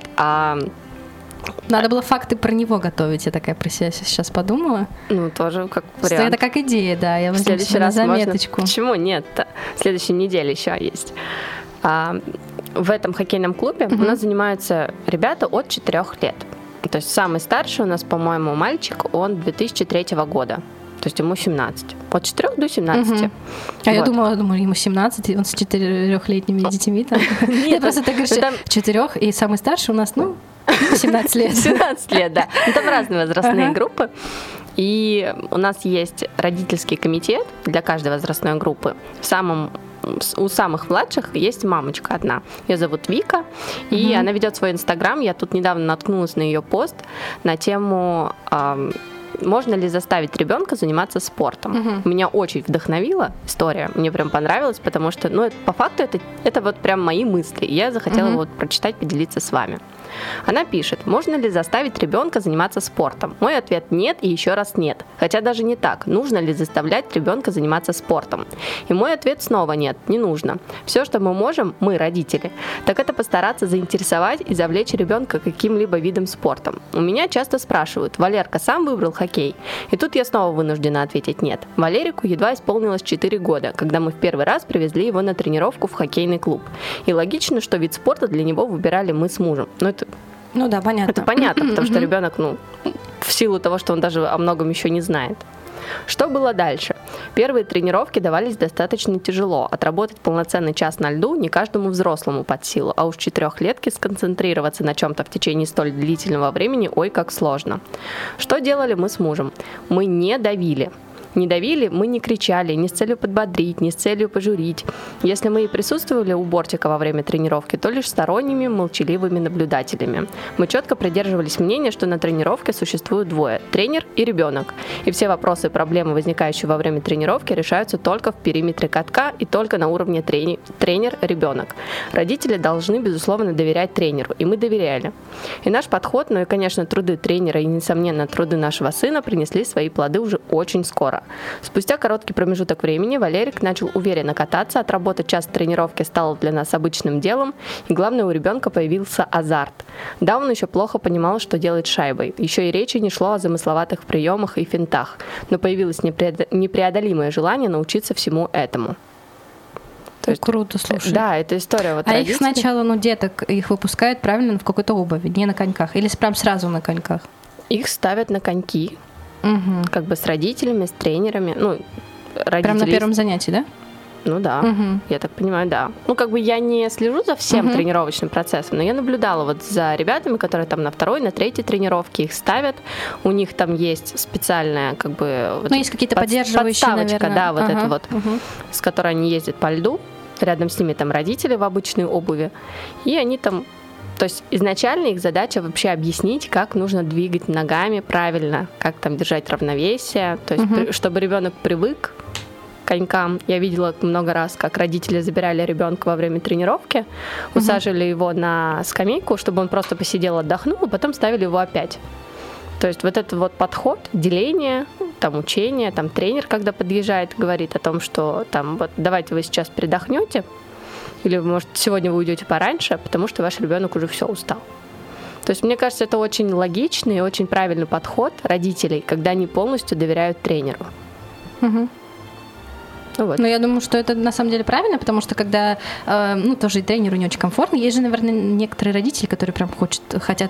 Надо было факты про него готовить, я такая про себя сейчас подумала. Ну, тоже как вариант. Это как идея, да, я возьму себе на заметочку. Почему нет-то? В следующей неделе еще есть. В этом хоккейном клубе у нас занимаются ребята от 4 лет. То есть самый старший у нас, по-моему, мальчик, он 2003 года. То есть ему 17. От 4 до 17. А я думала, ему 17, и он с 4-летними детьми. Нет, просто ты говоришь, 4, и самый старший у нас, 17 лет. 17 лет, да. Там разные возрастные группы. И у нас есть родительский комитет для каждой возрастной группы. У самых младших есть мамочка одна. Ее зовут Вика, и она ведет свой Инстаграм. Я тут недавно наткнулась на ее пост на тему можно ли заставить ребенка заниматься спортом. Меня очень вдохновила история, мне прям понравилось, потому что, по факту это вот прям мои мысли. Я захотела вот прочитать, поделиться с вами. Она пишет: можно ли заставить ребенка заниматься спортом? Мой ответ: нет и еще раз нет. Хотя даже не так. Нужно ли заставлять ребенка заниматься спортом? И мой ответ снова: нет, не нужно. Все, что мы можем, мы, родители, так это постараться заинтересовать и завлечь ребенка каким-либо видом спорта. У меня часто спрашивают: Валерка сам выбрал хоккей? И тут я снова вынуждена ответить: нет. Валерику едва исполнилось 4 года, когда мы в первый раз привезли его на тренировку в хоккейный клуб. И логично, что вид спорта для него выбирали мы с мужем. Да, понятно. Это понятно, потому что ребенок, в силу того, что он даже о многом еще не знает. Что было дальше? Первые тренировки давались достаточно тяжело. Отработать полноценный час на льду не каждому взрослому под силу, а уж 4-летке сконцентрироваться на чем-то в течение столь длительного времени, ой, как сложно. Что делали мы с мужем? Мы не давили. Не давили, мы не кричали, не с целью подбодрить, не с целью пожурить. Если мы и присутствовали у бортика во время тренировки, то лишь сторонними, молчаливыми наблюдателями. Мы четко придерживались мнения, что на тренировке существуют двое – тренер и ребенок. И все вопросы и проблемы, возникающие во время тренировки, решаются только в периметре катка и только на уровне тренер-ребенок. Родители должны, безусловно, доверять тренеру, и мы доверяли. И наш подход, и, конечно, труды тренера и, несомненно, труды нашего сына принесли свои плоды уже очень скоро. Спустя короткий промежуток времени Валерик начал уверенно кататься, отработать час тренировки стало для нас обычным делом, и главное, у ребенка появился азарт. Да, он еще плохо понимал, что делать с шайбой, еще и речи не шло о замысловатых приемах и финтах, но появилось непреодолимое желание научиться всему этому. Круто, слушай. Да, это история родителей. Их сначала, деток, их выпускают правильно в какой-то обуви, не на коньках, или прям сразу на коньках? Их ставят на коньки. Как бы с родителями, с тренерами. Родители... Прям на первом занятии, да? Да, я так понимаю, да. Я не слежу за всем тренировочным процессом, но я наблюдала за ребятами, которые там на 2-й, на 3-й тренировке их ставят. У них там есть специальная, есть какие-то поддерживающие, подставочка, наверное. да, с которой они ездят по льду. Рядом с ними там родители в обычной обуви. И они там... То есть изначально их задача вообще объяснить, как нужно двигать ногами правильно, как там держать равновесие, то есть чтобы ребенок привык к конькам. Я видела много раз, как родители забирали ребенка во время тренировки, усаживали его на скамейку, чтобы он просто посидел, отдохнул, а потом ставили его опять. То есть вот этот вот подход, деление, там учения, там тренер, когда подъезжает, говорит о том, что там вот давайте вы сейчас передохнете, или, может, сегодня вы уйдете пораньше, потому что ваш ребенок уже все устал. То есть, мне кажется, это очень логичный и очень правильный подход родителей, когда они полностью доверяют тренеру. Угу. Вот. Но я думаю, что это на самом деле правильно, потому что когда, тоже и тренеру не очень комфортно, есть же, наверное, некоторые родители, которые прям хотят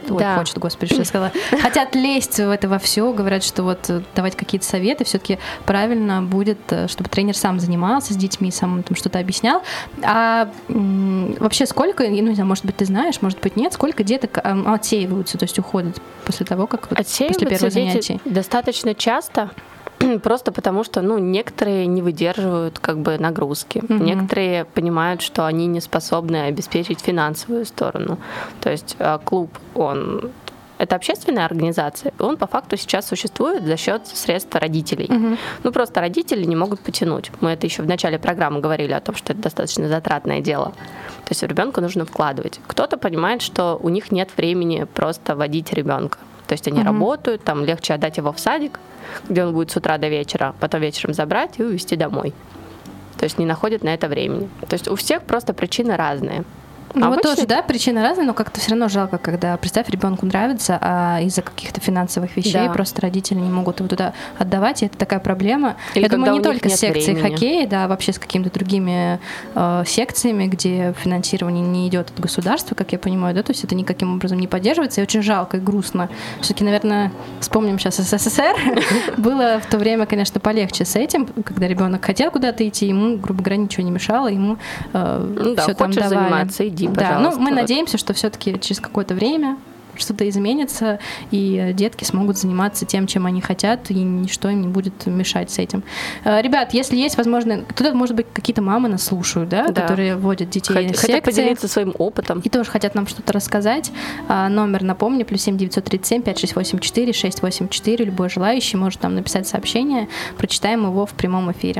лезть в это во все, говорят, что вот давать какие-то советы, все-таки правильно будет, чтобы тренер сам занимался с детьми, сам там что-то объяснял. А вообще сколько, не знаю, может быть, ты знаешь, может быть, нет, сколько деток отсеиваются, то есть уходят после того, как после первого занятия? Достаточно часто. Просто потому, что некоторые не выдерживают нагрузки. Mm-hmm. Некоторые понимают, что они не способны обеспечить финансовую сторону. То есть клуб, это общественная организация, он по факту сейчас существует за счет средств родителей. Mm-hmm. Просто родители не могут потянуть. Мы это еще в начале программы говорили о том, что это достаточно затратное дело. То есть ребенка нужно вкладывать. Кто-то понимает, что у них нет времени просто водить ребенка. То есть они работают, там легче отдать его в садик, где он будет с утра до вечера, потом вечером забрать и увезти домой. То есть не находят на это времени. То есть у всех просто причины разные. Вот тоже, да, причины разные, но как-то все равно жалко, когда, представь, ребенку нравится, а из-за каких-то финансовых вещей просто родители не могут его туда отдавать, и это такая проблема. Или я думаю, не только с времени. секцией хоккея, да, вообще с какими-то другими секциями, где финансирование не идет от государства, как я понимаю, да, то есть это никаким образом не поддерживается, и очень жалко и грустно. Все-таки, наверное, вспомним сейчас СССР, было в то время, конечно, полегче с этим, когда ребенок хотел куда-то идти, ему, грубо говоря, ничего не мешало, ему все там давали. Заниматься, иди, да, мы надеемся, что все-таки через какое-то время что-то изменится, и детки смогут заниматься тем, чем они хотят, и ничто им не будет мешать с этим. Ребят, если есть возможность, кто-то, может быть, какие-то мамы нас слушают, да, которые водят детей в секции. Хотят поделиться своим опытом. И тоже хотят нам что-то рассказать. Номер, напомню, +7 937 5684 684. Любой желающий может нам написать сообщение. Прочитаем его в прямом эфире.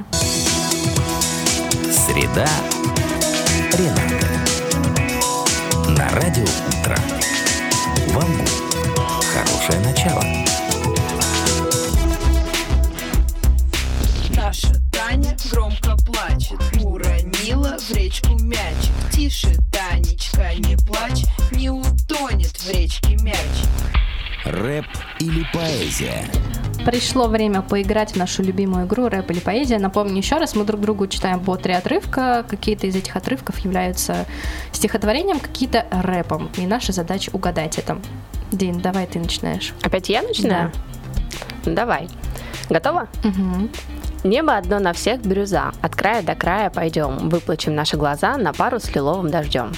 Среда Ренаты. На радио «Утро». Вам хорошее начало. Наша Таня громко плачет, уронила в речку мячик. Тише, Танечка, не плачь, не утонет в речке мяч. Рэп или поэзия? Пришло время поиграть в нашу любимую игру «Рэп или поэзия». Напомню еще раз, мы друг другу читаем по 3 отрывка. Какие-то из этих отрывков являются стихотворением, какие-то рэпом. И наша задача угадать это. Дин, давай ты начинаешь. Опять я начинаю? Да. Давай. Готова? Угу. Небо одно на всех бирюза. От края до края пойдем. Выплачем наши глаза на пару с лиловым дождем.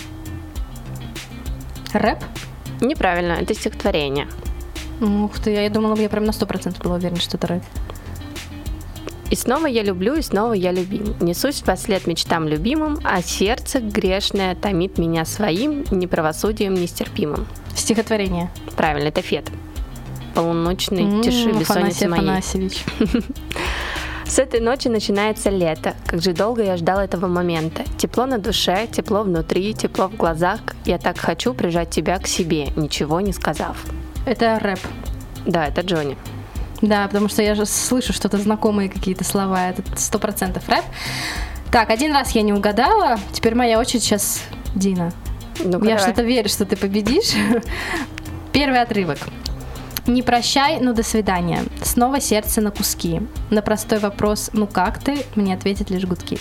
Рэп? Неправильно, это стихотворение. Ух ты, я думала, я прям на 100% была уверена, что это рэп. И снова я люблю, и снова я любим. Несусь вслед мечтам любимым, а сердце грешное томит меня своим неправосудием нестерпимым. Стихотворение. Правильно, это Фет. Полуночной тиши бессонницы моей. Афанасьевич. С этой ночи начинается лето. Как же долго я ждал этого момента. Тепло на душе, тепло внутри, тепло в глазах. Я так хочу прижать тебя к себе, ничего не сказав. Это рэп. Да, это Джонни. Да, потому что я же слышу что-то знакомые какие-то слова. Это 100% рэп. Так, один раз я не угадала. Теперь моя очередь сейчас, Дина. Ну-ка, я давай. что-то верю, что ты победишь. Первый отрывок. Не прощай, ну до свидания. Снова сердце на куски. На простой вопрос «ну как ты?» мне ответят лишь гудки.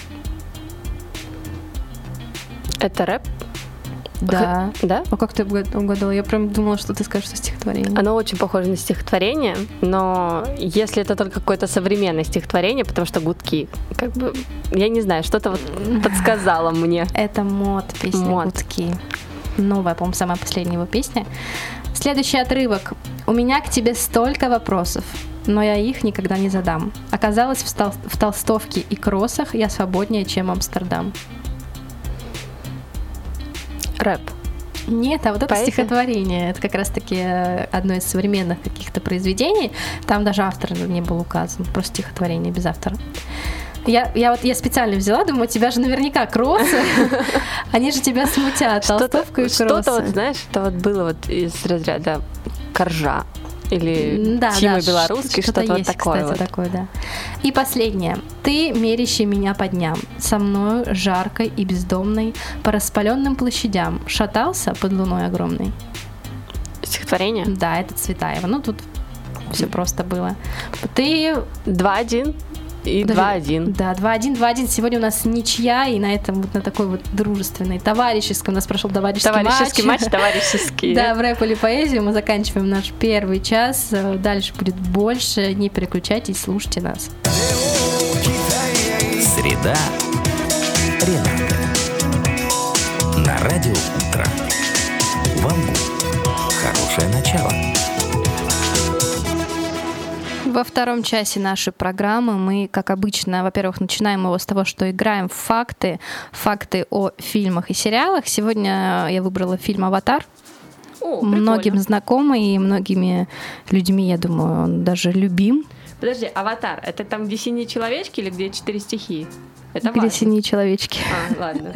Это рэп? Да. Да? А как ты угадала? Я прям думала, что ты скажешь, что стихотворение. Оно очень похоже на стихотворение, но если это только какое-то современное стихотворение, потому что гудки, как бы, я не знаю, что-то вот подсказало мне. Это мод, песня Мод. «Гудки». Новая, по-моему, самая последняя его песня. Следующий отрывок. У меня к тебе столько вопросов, но я их никогда не задам. Оказалось, в толстовке и кроссах я свободнее, чем Амстердам. Рэп. Нет, а вот это Поэзия? Стихотворение. Это как раз-таки одно из современных каких-то произведений. Там даже автор не был указан. Просто стихотворение без автора. Я специально взяла, думаю, у тебя же наверняка кроссы. Они же тебя смутят. Толстовка и кроссы. Что-то вот, знаешь, это вот было вот из разряда коржа. Или Тима Белорусский, что-то вот есть, такое. Кстати, такое, да. И последнее. Ты, мерящий меня по дням, со мною жаркой и бездомной, по распаленным площадям, шатался под луной огромной. Стихотворение? Да, это Цветаева. Ну, тут все просто было. Ты... 2-1 и 2-1. Да, 2-1. Сегодня у нас ничья, и на этом вот на такой вот дружественной, товарищеской, у нас прошел товарищеский матч. Товарищеский. Да, в рэп или поэзию мы заканчиваем наш первый час. Дальше будет больше. Не переключайтесь, слушайте нас. Среда Рената. На радио «Утро». Вам хорошее начало. Во втором часе нашей программы мы, как обычно, во-первых, начинаем его с того, что играем в факты о фильмах и сериалах. Сегодня я выбрала фильм «Аватар». Многим знакомый и многими людьми, я думаю, он даже любим. Подожди, «Аватар» — это там, где синие человечки или где 4 стихии? Это где синие человечки. Ладно.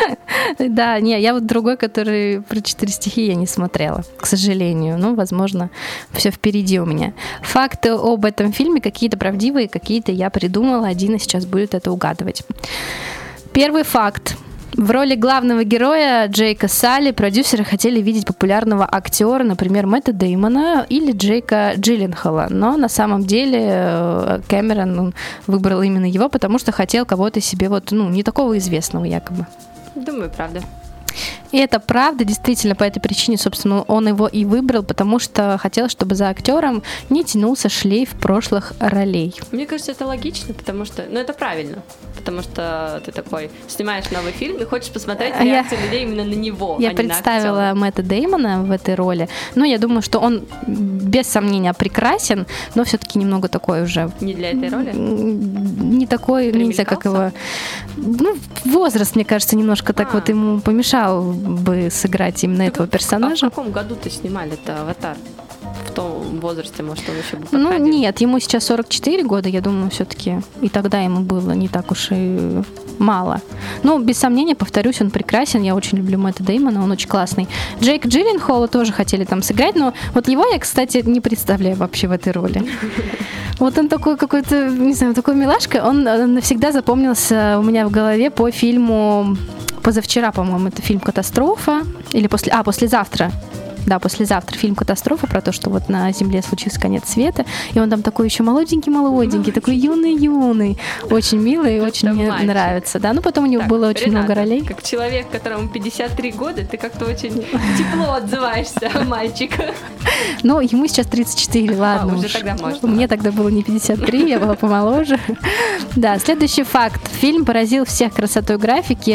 Да, не, я вот другой, который про 4 стихии я не смотрела, к сожалению. Ну, возможно, все впереди у меня. Факты об этом фильме какие-то правдивые, какие-то я придумала. Один сейчас будет это угадывать. Первый факт. В роли главного героя Джейка Салли продюсеры хотели видеть популярного актера, например, Мэтта Дэймона или Джейка Джилленхола. Но на самом деле Кэмерон выбрал именно его, потому что хотел кого-то себе не такого известного якобы. Думаю, правда. И это правда, действительно, по этой причине, собственно, он его и выбрал, потому что хотел, чтобы за актером не тянулся шлейф прошлых ролей. Мне кажется, это логично, потому что, это правильно, потому что ты такой снимаешь новый фильм и хочешь посмотреть реакцию людей именно на него. Я представила Мэтта Дэймона в этой роли, но я думаю, что он без сомнения прекрасен, но все-таки немного такой уже. Не для этой роли? Не такой, не знаю, как его. Возраст, мне кажется, немножко так вот ему помешал бы сыграть именно этого персонажа. А в каком году-то снимали-то «Аватар»? В том возрасте, может, он еще бы подходил? Нет, ему сейчас 44 года, я думаю, все-таки. И тогда ему было не так уж и мало. Но, без сомнения, повторюсь, он прекрасен. Я очень люблю Мэтта Дэймона, он очень классный. Джейк Джилленхола тоже хотели там сыграть, но вот его я, кстати, не представляю вообще в этой роли. Вот он такой какой-то, не знаю, такой милашка. Он навсегда запомнился у меня в голове по фильму позавчера, по-моему, это фильм «Катастрофа». Или послезавтра. Да, послезавтра фильм «Катастрофа» про то, что вот на Земле случился конец света. И он там такой еще молоденький, такой юный. Очень милый, и очень мне нравится. Да, потом у него было очень много ролей. Как человек, которому 53 года, ты как-то очень тепло отзываешься о мальчике. Ему сейчас 34, ладно. Уже тогда можно. Мне тогда было не 53, я была помоложе. Да, следующий факт. Фильм поразил всех красотой графики.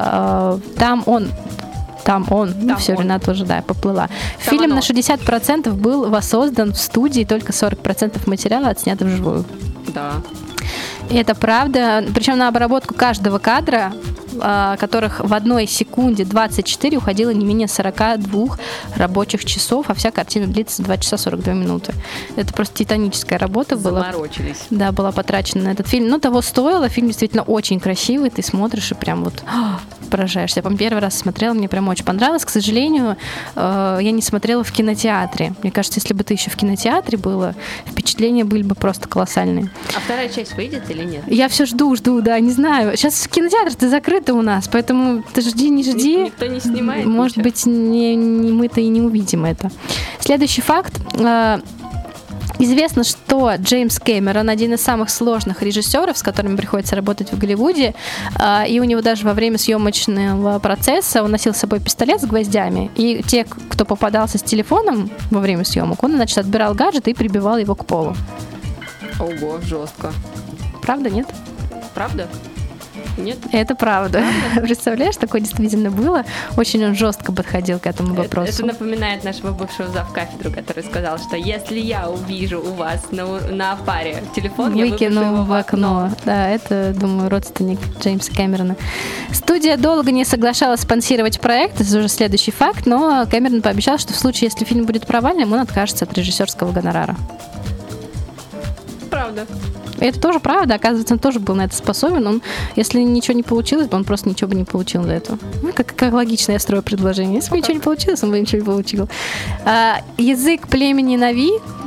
Рената уже, поплыла. Фильм на 60% был воссоздан в студии, только 40% материала отснято вживую. Да. И это правда. Причем на обработку каждого кадра, которых в одной секунде 24, уходило не менее 42 рабочих часов, а вся картина длится 2 часа 42 минуты. Это просто титаническая работа была. Заморочились. Да, была потрачена на этот фильм. Того стоило. Фильм действительно очень красивый. Ты смотришь и прям поражаешься. Я, по-моему, первый раз смотрела, мне прям очень понравилось. К сожалению, я не смотрела в кинотеатре. Мне кажется, если бы ты еще в кинотеатре была, впечатления были бы просто колоссальные. А вторая часть выйдет или нет? Я все жду, да, не знаю. Сейчас кинотеатр-то закрыт у нас, поэтому ты жди, не жди. Никто не снимает. Может ничего. быть, мы-то и не увидим это. Следующий факт. Известно, что Джеймс Кэмерон один из самых сложных режиссеров, с которыми приходится работать в Голливуде, и у него даже во время съемочного процесса он носил с собой пистолет с гвоздями, и те, кто попадался с телефоном во время съемок, он, отбирал гаджет и прибивал его к полу. Ого, жестко. Правда, нет? Правда? Нет? Это правда. Представляешь, такое действительно было. Очень он жестко подходил к этому вопросу. Это напоминает нашего бывшего завкафедру, который сказал, что если я увижу у вас на паре телефон, я выпущу его в окно. Да, это, думаю, родственник Джеймса Кэмерона. Студия долго не соглашалась спонсировать проект, это уже следующий факт, но Кэмерон пообещал, что в случае, если фильм будет провальным, он откажется от режиссерского гонорара. Правда. И это тоже правда, оказывается, он тоже был на это способен. Он, если ничего не получилось, он просто ничего бы не получил за это. Как логично я строю предложение. Если бы ничего не получилось, он бы ничего не получил. Язык племени Нави,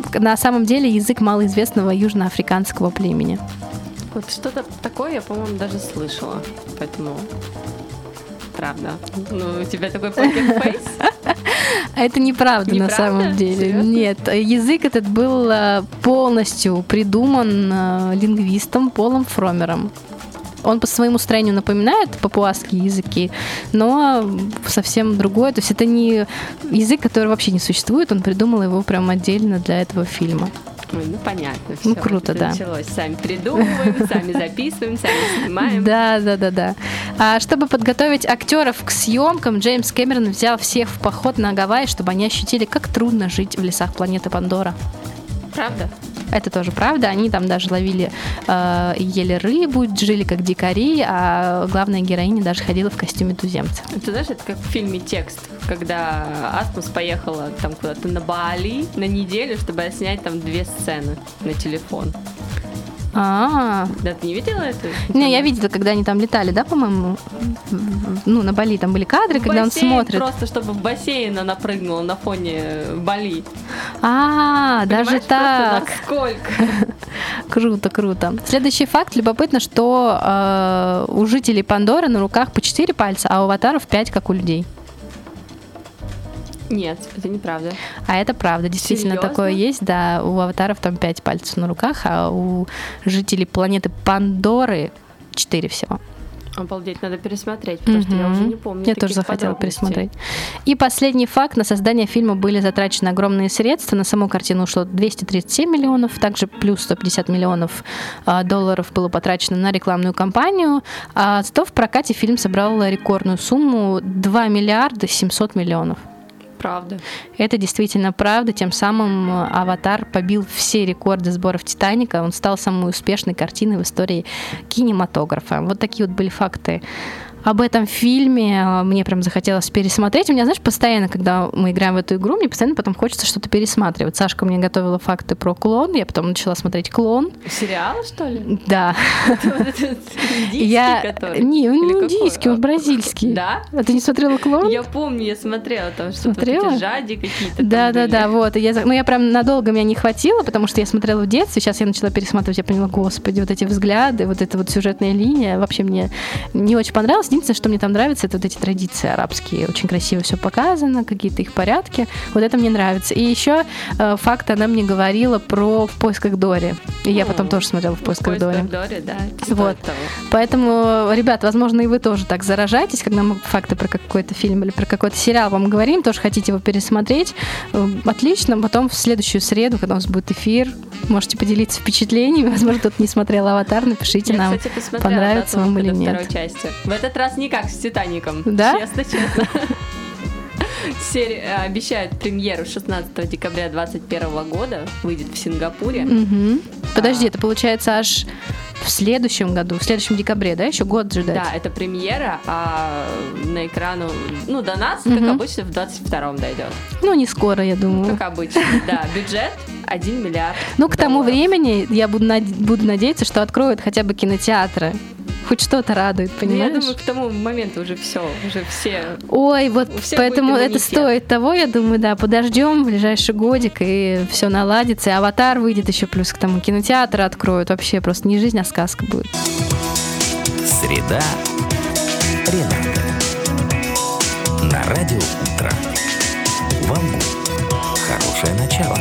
на самом деле язык малоизвестного южноафриканского племени. Вот что-то такое я, по-моему, даже слышала. Поэтому... Правда. Ну, у тебя такой покерфейс? Это неправда на самом деле. Серьезно? Нет, язык этот был полностью придуман лингвистом Полом Фромером. Он по своему строению напоминает папуасские языки, но совсем другой. То есть это не язык, который вообще не существует, он придумал его прям отдельно для этого фильма. Ой, ну понятно. Ну всё, круто, да. Началось. Сами придумываем, сами записываем, сами снимаем. Да. А чтобы подготовить актеров к съемкам, Джеймс Кэмерон взял всех в поход на Гавайи, чтобы они ощутили, как трудно жить в лесах планеты Пандора. Правда? Это тоже правда. Они там даже ловили, ели рыбу, жили как дикари, а главная героиня даже ходила в костюме туземца. Ты знаешь, это как в фильме «Текст», когда Асмус поехала там куда-то на Бали на неделю, чтобы снять там 2 сцены на телефон. Да, ты не видела это? Не, я видела, когда они там летали, да, по-моему? Ну, на Бали там были кадры, когда он смотрит. Просто чтобы в бассейн она прыгнула на фоне Бали. Даже так. Насколько? Круто. Следующий факт. Любопытно, что у жителей Пандоры на руках по 4 пальца, а у аватаров 5, как у людей. Нет, это неправда. А это правда, действительно. Серьезно? Такое есть, да. У аватаров там 5 пальцев на руках, а у жителей планеты Пандоры 4 всего. Обалдеть, надо пересмотреть, потому что я уже не помню. Я тоже захотела пересмотреть. И последний факт. На создание фильма были затрачены огромные средства. На саму картину ушло 237 миллионов. Также плюс 150 миллионов долларов было потрачено на рекламную кампанию. Зато в прокате фильм собрал рекордную сумму 2 миллиарда 700 миллионов. Правда. Это действительно правда. Тем самым «Аватар» побил все рекорды сборов «Титаника». Он стал самой успешной картиной в истории кинематографа. Вот такие вот были факты об этом фильме. Мне прям захотелось пересмотреть. У меня, знаешь, постоянно, когда мы играем в эту игру, мне постоянно потом хочется что-то пересматривать. Сашка мне готовила факты про «Клон», я потом начала смотреть «Клон». Сериал, что ли? Да. Индийский, который? Не, он не индийский, он бразильский. Да? А ты не смотрела «Клон»? Я помню, я смотрела, там что-то эти жади какие-то. Да, вот. Но я прям надолго меня не хватило, потому что я смотрела в детстве, сейчас я начала пересматривать, я поняла, господи, вот эти взгляды, вот эта вот сюжетная линия, вообще мне не очень понравилось. Единственное, что мне там нравится, это вот эти традиции арабские. Очень красиво все показано, какие-то их порядки. Вот это мне нравится. И еще факт, она мне говорила про «В поисках Дори». И я потом тоже смотрела «В поисках Дори». «В поисках Дори», да. Вот. Поэтому, ребят, возможно, и вы тоже так заражаетесь, когда мы факты про какой-то фильм или про какой-то сериал вам говорим, тоже хотите его пересмотреть. Отлично. Потом в следующую среду, когда у нас будет эфир, можете поделиться впечатлениями. Возможно, кто-то не смотрел «Аватар», напишите нам, кстати, понравится вам или нет. Второй части. В этот раз не как с «Титаником». Да? Честно. Серия обещают премьеру 16 декабря 2021 года. Выйдет в Сингапуре. Подожди, это получается аж в следующем году, в следующем декабре, да? Еще год ждать. Да, это премьера, а на экрану, до нас, как обычно, в 22-м дойдет. Не скоро, я думаю. Как обычно, да. Бюджет 1 миллиард. К тому времени я буду надеяться, что откроют хотя бы кинотеатры. Хоть что-то радует, понимаешь? Я думаю, к тому моменту уже все. Ой, вот поэтому это стоит того, я думаю, да, подождем ближайший годик, и все наладится, и «Аватар» выйдет еще, плюс к тому кинотеатры откроют. Вообще просто не жизнь, а сказка будет. Среда Рената. На радио «Утро». Вам хорошее начало.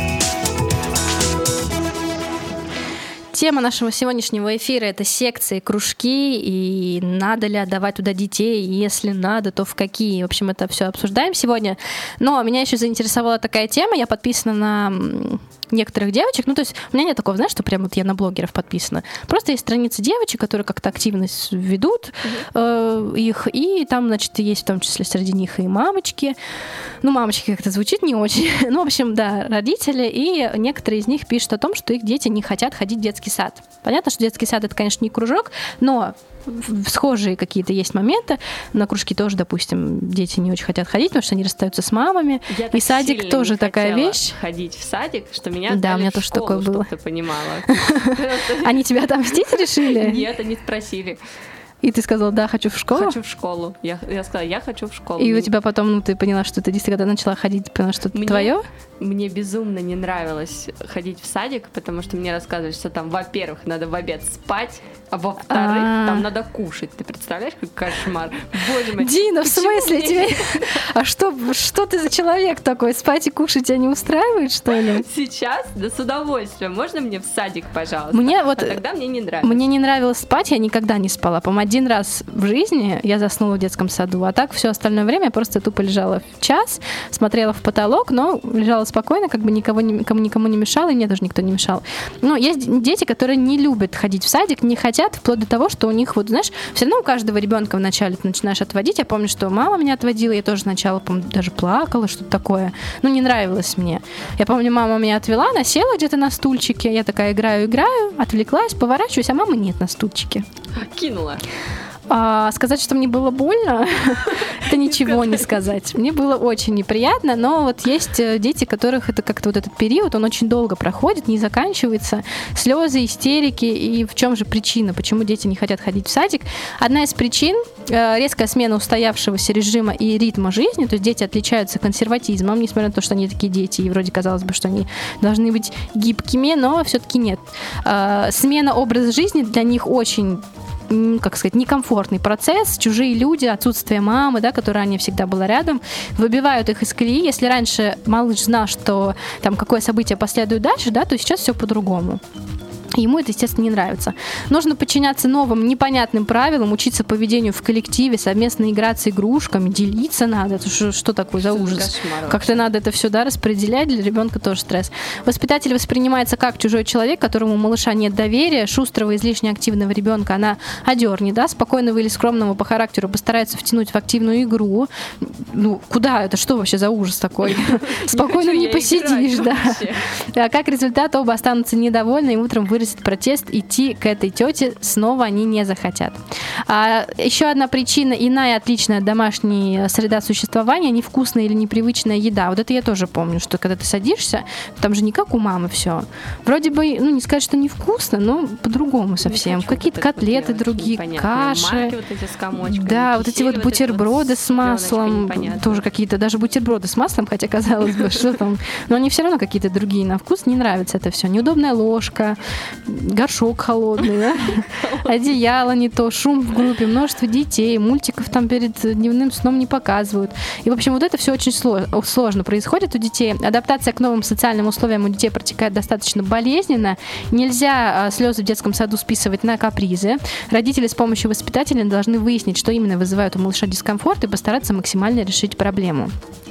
Тема нашего сегодняшнего эфира — это секции, кружки, и надо ли отдавать туда детей, и если надо, то в какие. В общем, это все обсуждаем сегодня. Но меня еще заинтересовала такая тема, я подписана на некоторых девочек, то есть у меня нет такого, знаешь, что прям вот я на блогеров подписана. Просто есть страницы девочек, которые как-то активность ведут их, и там, значит, есть в том числе среди них и мамочки. Мамочки как-то звучит не очень. В общем, да, родители, и некоторые из них пишут о том, что их дети не хотят ходить в детский сад. Понятно, что детский сад — это, конечно, не кружок, но схожие какие-то есть моменты. На кружки тоже, допустим, дети не очень хотят ходить, потому что они расстаются с мамами. Я и садик тоже такая вещь. Ходить в садик, что меня да, у меня тоже школу, такое было. Чтобы ты понимала. Они тебя отомстить решили? Нет, они спросили. И ты сказала, да, хочу в школу? Хочу в школу. Я сказала, я хочу в школу. И у тебя потом, ты поняла, что ты действительно, когда начала ходить, поняла, что это твое? Мне безумно не нравилось ходить в садик, потому что мне рассказывали, что там, во-первых, надо в обед спать, а во-вторых, там надо кушать. Ты представляешь, какой кошмар? Боже мой. Дина, в смысле тебе? А что ты за человек такой? Спать и кушать тебя не устраивает, что ли? Сейчас, да с удовольствием. Можно мне в садик, пожалуйста? Тогда мне не нравилось. Мне не нравилось спать, я никогда не спала. По-моему, один раз в жизни я заснула в детском саду, а так все остальное время я просто тупо лежала в час, смотрела в потолок, но лежала спокойно, как бы никому не мешала, и мне тоже никто не мешал. Но есть дети, которые не любят ходить в садик, не хотят, вплоть до того, что у них, вот знаешь, все равно у каждого ребенка вначале ты начинаешь отводить. Я помню, что мама меня отводила, я тоже сначала, по-моему, даже плакала, что-то такое. Ну, не нравилось мне. Я помню, мама меня отвела, она села где-то на стульчике, я такая играю, отвлеклась, поворачиваюсь, а мамы нет на стульчике. Кинула. Сказать, что мне было больно, это ничего не сказать. Мне было очень неприятно, но вот есть дети, которых это как-то вот этот период, он очень долго проходит, не заканчивается. Слезы, истерики. И в чем же причина, почему дети не хотят ходить в садик? Одна из причин — резкая смена устоявшегося режима и ритма жизни. То есть дети отличаются консерватизмом, несмотря на то, что они такие дети, и вроде казалось бы, что они должны быть гибкими, но все-таки нет. Смена образа жизни для них очень, как сказать, некомфортный процесс. Чужие люди, отсутствие мамы, да, которая ранее всегда была рядом, выбивают их из колеи. Если раньше малыш знал, что там какое событие последует дальше, да, то сейчас все по-другому. Ему это, естественно, не нравится. Нужно подчиняться новым, непонятным правилам, учиться поведению в коллективе, совместно играться игрушками, делиться надо. Это что такое за ужас? Как-то надо это все, да, распределять. Для ребенка тоже стресс. Воспитатель воспринимается как чужой человек, которому у малыша нет доверия. Шустрого, излишне активного ребенка она одернет, да, спокойного или скромного по характеру постарается втянуть в активную игру. Ну, куда? Это что вообще за ужас такой? Спокойно не посидишь, да. Как результат, оба останутся недовольны, и утром вырастет протест, идти к этой тете снова они не захотят. Еще одна причина — иная отличная домашняя среда существования, невкусная или непривычная еда. Вот это я тоже помню, что когда ты садишься, там же не как у мамы все. Вроде бы, не сказать, что невкусно, но по-другому совсем. Какие-то котлеты другие, каши. Вот эти с комочками, да, вот эти вот бутерброды с маслом. Тоже какие-то, даже бутерброды с маслом, хотя казалось бы, что там. Но они все равно какие-то другие на вкус. Не нравится это все. Неудобная ложка, горшок холодный, да? Одеяло не то, шум в группе, множество детей, мультиков там перед дневным сном не показывают. И, в общем, вот это все очень сложно происходит у детей. Адаптация к новым социальным условиям у детей протекает достаточно болезненно. Нельзя слезы в детском саду списывать на капризы. Родители с помощью воспитателя должны выяснить, что именно вызывает у малыша дискомфорт, и постараться максимально решить проблему.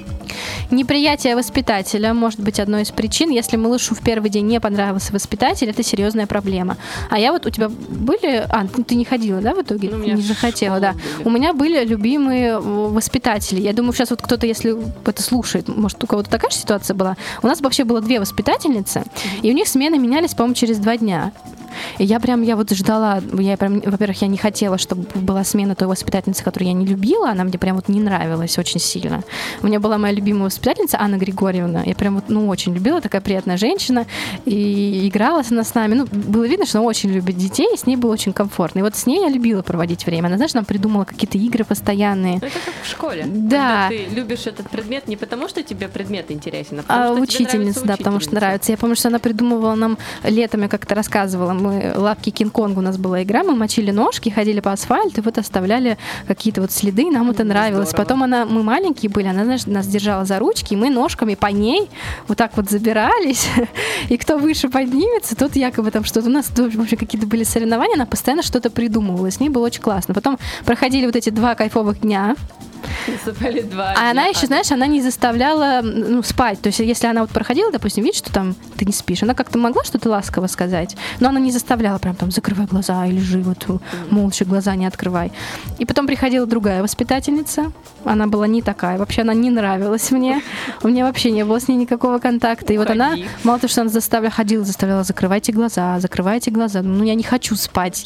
Неприятие воспитателя может быть одной из причин. Если малышу в первый день не понравился воспитатель, это серьезная проблема. А я вот, у тебя были... ты не ходила, да, в итоге? Не захотела, да. У меня были любимые воспитатели. Я думаю, сейчас вот кто-то, если это слушает, может, у кого-то такая же ситуация была. У нас вообще было 2 воспитательницы, и у них смены менялись, по-моему, через 2 дня. И я вот ждала, во-первых, я не хотела, чтобы была смена той воспитательницы, которую я не любила, она мне прям вот не нравилась очень сильно. У меня была моя любимая воспитательница Анна Григорьевна, я прям вот, очень любила, такая приятная женщина, и играла она с нами, было видно, что она очень любит детей, и с ней было очень комфортно. И вот с ней я любила проводить время. Она, знаешь, нам придумала какие-то игры постоянные. Это как в школе. Да. Когда ты любишь этот предмет не потому, что тебе предмет интересен, а потому что учительница, да, потому что нравится. Я помню, что она придумывала нам летом, я как-то рассказывала, мы лапки Кинг-Конга, у нас была игра, мы мочили ножки, ходили по асфальту, и вот оставляли какие-то вот следы, нам это нравилось. Здорово. Потом мы маленькие были, она, знаешь, нас держала за ручки, и мы ножками по ней вот так вот забирались, и кто выше поднимется, тот якобы там что-то. У нас вообще какие-то были соревнования, она постоянно что-то придумывала, с ней было очень классно. Потом проходили вот эти 2 кайфовых дня. А она еще, знаешь, она не заставляла спать. То есть, если она вот проходила, допустим, видишь, что там ты не спишь, она как-то могла что-то ласково сказать, но она не заставляла прям там закрывай глаза и лежи вот молча, глаза не открывай. И потом приходила другая воспитательница, она была не такая, вообще она не нравилась мне, у меня вообще не было с ней никакого контакта. И вот она, мало того, что она заставляла закрывайте глаза. Я не хочу спать.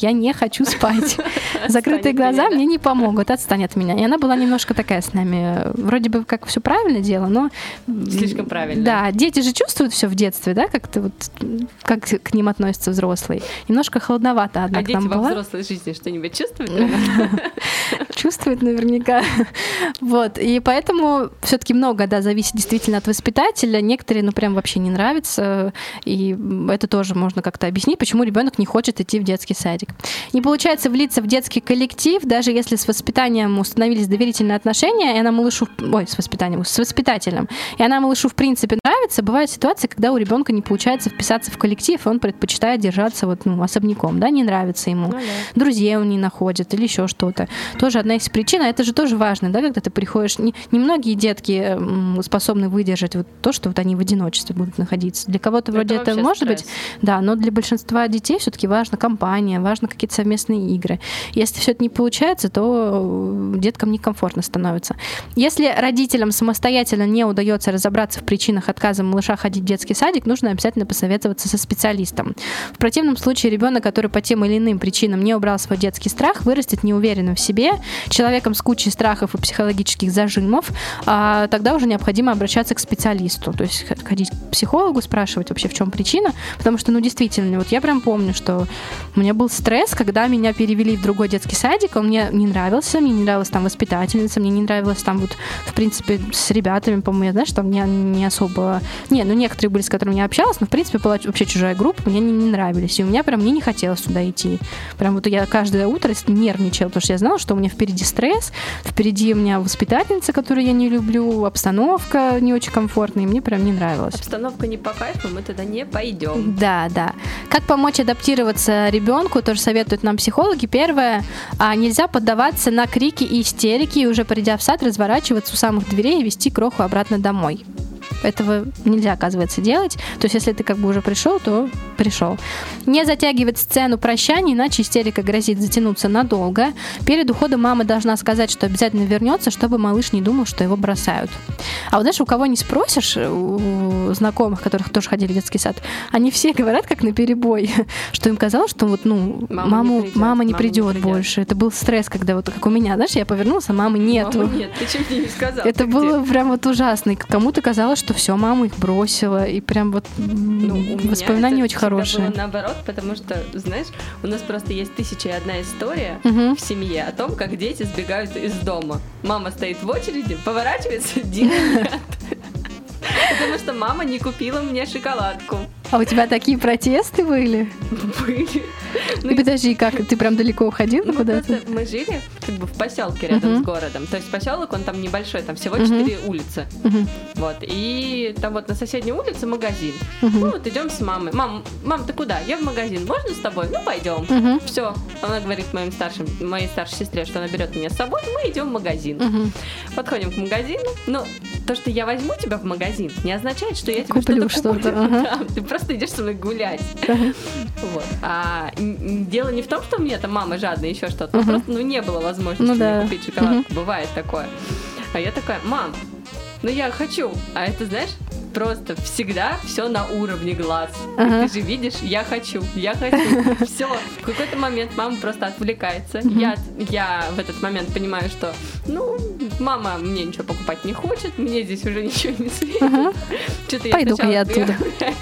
Закрытые глаза мне не помогут, отстань от меня. И она была немножко такая с нами, вроде бы как все правильно дело, но... Слишком правильно. Да, дети же чувствуют все в детстве, да, как-то вот, как к ним относятся взрослые. взрослый. Немножко холодновато, однако, дети нам во была. взрослой жизни что-нибудь чувствуют? Чувствует наверняка. Вот. И поэтому все-таки много, да, зависит действительно от воспитателя. Некоторые, ну, прям вообще не нравится. И это тоже можно как-то объяснить, почему ребенок не хочет идти в детский садик. Не получается влиться в детский коллектив, даже если с воспитанием установились доверительные отношения, и она малышу... Ой, с воспитателем. И она малышу, в принципе, нравится. Бывают ситуации, когда у ребенка не получается вписаться в коллектив, и он предпочитает держаться вот, ну, особняком, да, не нравится ему. Ну, да. Друзей он не находит или еще что-то. Тоже одна из причин, а это же тоже важно, да, когда ты приходишь. Немногие детки способны выдержать вот то, что вот они в одиночестве будут находиться. Для кого-то вроде это может быть, да, но для большинства детей все-таки важна компания, важно какие-то совместные игры. Если все это не получается, то деткам некомфортно становится. Если родителям самостоятельно не удается разобраться в причинах отказа малыша ходить в детский садик, нужно обязательно посоветоваться со специалистом. В противном случае ребенок, который по тем или иным причинам не убрал свой детский страх, вырастет неуверенным в себе, человеком с кучей страхов и психологических зажимов, а тогда уже необходимо обращаться к специалисту, то есть ходить к психологу, спрашивать вообще, в чем причина, потому что, ну, действительно, вот я прям помню, что у меня был стресс, когда меня перевели в другой детский садик, он мне не нравился, мне не нравилась там воспитательница, мне не нравилось там вот, в принципе, с ребятами, по-моему, я, знаешь, там не особо... Не, ну, некоторые были, с которыми я общалась, но, в принципе, была вообще чужая группа, мне не нравились, и у меня прям, мне не хотелось туда идти. Прям вот я каждое утро нервничала, потому что я знала, что у меня впереди стресс, впереди у меня воспитательница, которую я не люблю, обстановка не очень комфортная, и мне прям не нравилось. Обстановка не по кайфу, мы туда не пойдем. Да, да. Как помочь адаптироваться ребенку, тоже советуют нам психологи. Первое, нельзя поддаваться на крики и истерики, и уже придя в сад, разворачиваться у самых дверей и вести кроху обратно домой. Этого нельзя, оказывается, делать. То есть, если ты как бы уже пришел, то пришел. Не затягивать сцену прощания, иначе истерика грозит затянуться надолго. Перед уходом мама должна сказать, что обязательно вернется, чтобы малыш не думал, что его бросают. А вот знаешь, у кого не спросишь, у знакомых, которых тоже ходили в детский сад, они все говорят как наперебой, что им казалось, что вот, ну, мама не придет больше. Это был стресс, когда вот как у меня, знаешь, я повернулась, а мамы нету. Мамы нет, ты чем мне не сказала? Это было прям вот ужасно. И кому-то казалось, что все, мама их бросила, и прям вот воспоминания очень хорошие. Было наоборот, потому что, знаешь, у нас просто есть 1001 история в семье о том, как дети сбегают из дома. Мама стоит в очереди, поворачивается, Дина нет. Потому что мама не купила мне шоколадку. А у тебя такие протесты были? Были. Ты подожди, как? Ты прям далеко уходил куда-то? Мы жили как бы в поселке рядом с городом. То есть поселок, он там небольшой, там всего 4 улицы. Вот. И там вот на соседней улице магазин. Ну вот идем с мамой. Мам, ты куда? Я в магазин. Можно с тобой? Ну пойдем. Все. Она говорит моей старшей сестре, что она берет меня с собой. Мы идем в магазин. Подходим к магазину. Но то, что я возьму тебя в магазин, не означает, что я тебе что-то куплю. Да, ты просто идешь со мной гулять. Вот. А дело не в том, что мне там мама жадная, еще что-то. Просто не было возможности мне купить шоколадку. Бывает такое. А я такая: мам, я хочу. А это, знаешь, просто всегда все на уровне глаз. Ты же видишь, я хочу. Все. В какой-то момент мама просто отвлекается. Я в этот момент понимаю, что мама мне ничего покупать не хочет, мне здесь уже ничего не светит. Пойду-ка я оттуда.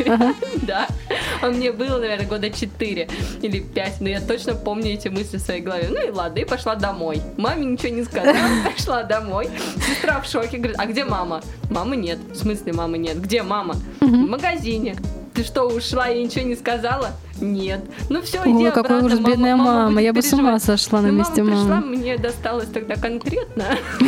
Да. А мне было, наверное, года 4 или 5, но я точно помню эти мысли в своей голове. Ну и ладно, и пошла домой. Маме ничего не сказала, пошла домой. Сестра в шоке, говорит: а где мама? Мамы нет. В смысле мамы нет? Где мама? В магазине. Ты что, ушла и ничего не сказала? Нет. Ну все, иди обратно. Какая ужас, бедная мама. Я бы с ума сошла на месте мамы. Мама пришла, мне досталось тогда конкретно.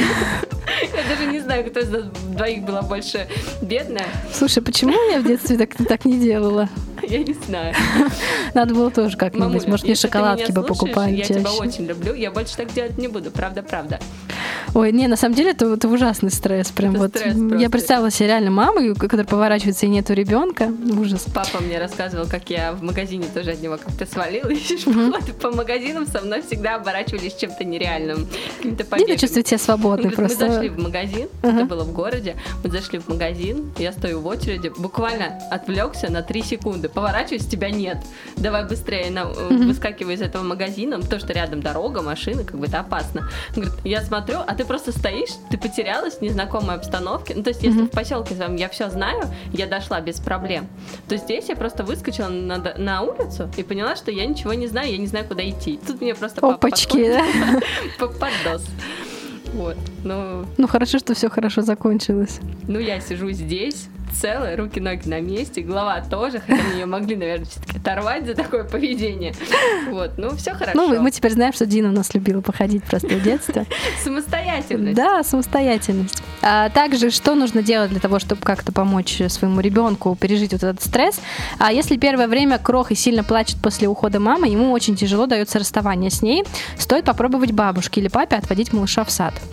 Я даже не знаю, кто из нас двоих была больше бедная. Слушай, почему я в детстве так не делала? Я не знаю. Надо было тоже как-нибудь. Может, мне шоколадки бы покупали чаще. Я тебя очень люблю. Я больше так делать не буду. Правда. Ой, на самом деле это ужасный стресс. Прям вот. Я представила себе реально маму, которая поворачивается и нету ребенка. Ужас. Папа мне рассказывал, как я в магазине тоже от него как-то свалила. И по магазинам со мной всегда оборачивались чем-то нереальным. Каким-то побегом. Дима чувствует себя свободной просто. Мы зашли в магазин, это было в городе. Мы зашли в магазин, я стою в очереди, буквально отвлекся на 3 секунды. Поворачиваюсь, тебя нет. Давай быстрее, выскакивай из этого магазина, потому что рядом дорога, машины, как бы это опасно. Говорит, я смотрю, а ты ты просто стоишь, ты потерялась в незнакомой обстановке. Ну, то есть, если в поселке я все знаю, я дошла без проблем, то здесь я просто выскочила на улицу и поняла, что я ничего не знаю, я не знаю, куда идти. Тут мне просто папа подходит под нос. Вот. Ну, хорошо, что все хорошо закончилось. Ну, я сижу здесь, целая, руки-ноги на месте, голова тоже, хотя меня могли, наверное, все-таки оторвать за такое поведение. Вот, ну, все хорошо. Ну, мы теперь знаем, что Дина у нас любила походить просто в детстве. Самостоятельность. Да, самостоятельность. А также, что нужно делать для того, чтобы как-то помочь своему ребенку пережить вот этот стресс? А если первое время крохой сильно плачет после ухода мамы, ему очень тяжело дается расставание с ней, стоит попробовать бабушке или папе отводить малыша в сад.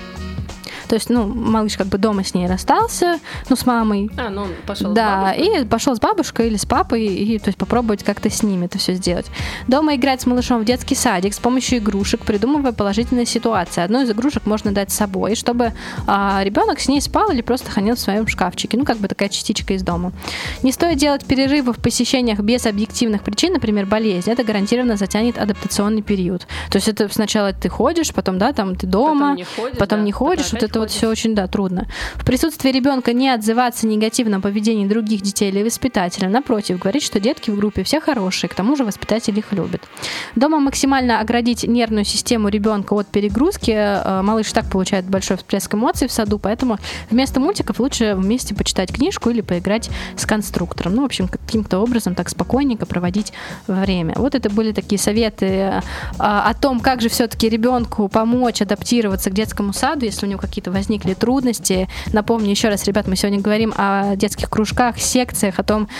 То есть, малыш как бы дома с ней расстался, с мамой. Пошел с бабушкой. Да, и пошел с бабушкой или с папой, и то есть попробовать как-то с ними это все сделать. Дома играть с малышом в детский садик с помощью игрушек, придумывая положительные ситуации. Одну из игрушек можно дать с собой, чтобы ребенок с ней спал или просто хранил в своем шкафчике. Как бы такая частичка из дома. Не стоит делать перерывы в посещениях без объективных причин, например, болезнь. Это гарантированно затянет адаптационный период. То есть это сначала ты ходишь, потом, ты дома, потом не ходишь. Вот это вот все очень, трудно. В присутствии ребенка не отзываться негативно о поведении других детей или воспитателя. Напротив, говорить, что детки в группе все хорошие, к тому же воспитатель их любит. Дома максимально оградить нервную систему ребенка от перегрузки. Малыш так получает большой всплеск эмоций в саду, поэтому вместо мультиков лучше вместе почитать книжку или поиграть с конструктором. В общем, каким-то образом так спокойненько проводить время. Вот это были такие советы о том, как же все-таки ребенку помочь адаптироваться к детскому саду, если у него какие-то возникли трудности. Напомню еще раз, ребят, мы сегодня говорим о детских кружках, секциях, о том,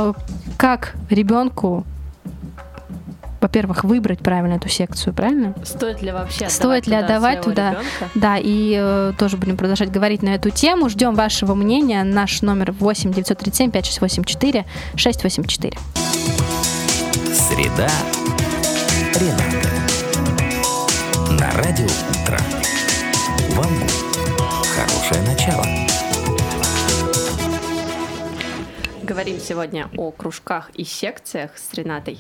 как ребенку, во-первых, выбрать правильно эту секцию, правильно? Стоит ли вообще отдавать туда? Да, и тоже будем продолжать говорить на эту тему. Ждем вашего мнения. Наш номер 8 937 5684 684. Среда Рената. На радио «Утро». Вам хорошее начало. Говорим сегодня о кружках и секциях с Ренатой.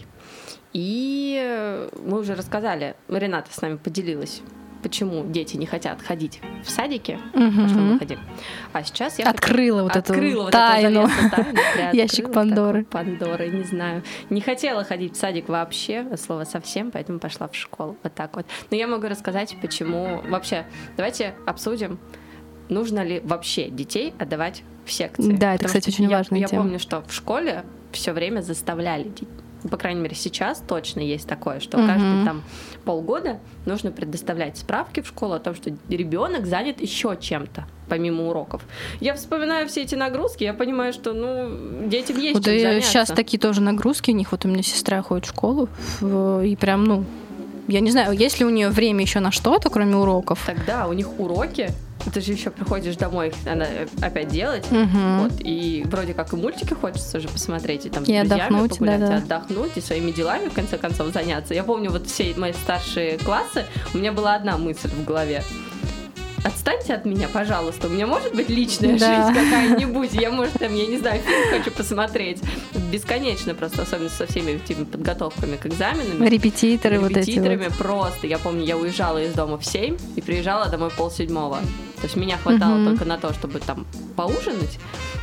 И мы уже рассказали, Рената с нами поделилась, почему дети не хотят ходить в садике, что мы ходим. А сейчас я открыла эту тайну. Ящик Пандоры. Пандоры, не знаю. Не хотела ходить в садик вообще, от слова совсем, поэтому пошла в школу. Вот так вот. Но я могу рассказать, почему. Вообще, давайте обсудим, нужно ли вообще детей отдавать в секции. Да, это, кстати, очень важная тема. Я помню, что в школе все время заставляли, по крайней мере, сейчас точно есть такое, что каждые полгода нужно предоставлять справки в школу о том, что ребенок занят еще чем-то, помимо уроков. Я вспоминаю все эти нагрузки, я понимаю, что, детям есть чем заняться. Сейчас такие тоже нагрузки у них. Вот у меня сестра ходит в школу, и прям, я не знаю, есть ли у нее время еще на что-то, кроме уроков. Тогда у них уроки. Ты же еще приходишь домой, их надо опять делать. Вот, и вроде как и мультики хочется уже посмотреть, и там с друзьями погулять, отдохнуть, и своими делами, в конце концов, заняться. Я помню, вот все мои старшие классы, у меня была одна мысль в голове. Отстаньте от меня, пожалуйста. У меня может быть личная жизнь какая-нибудь. Я, может, я не знаю, фильм хочу посмотреть. Бесконечно просто, особенно со всеми этими подготовками к экзаменам. Репетиторами просто. Я помню, я уезжала из дома в 7 и приезжала домой 6:30. То есть меня хватало только на то, чтобы там поужинать,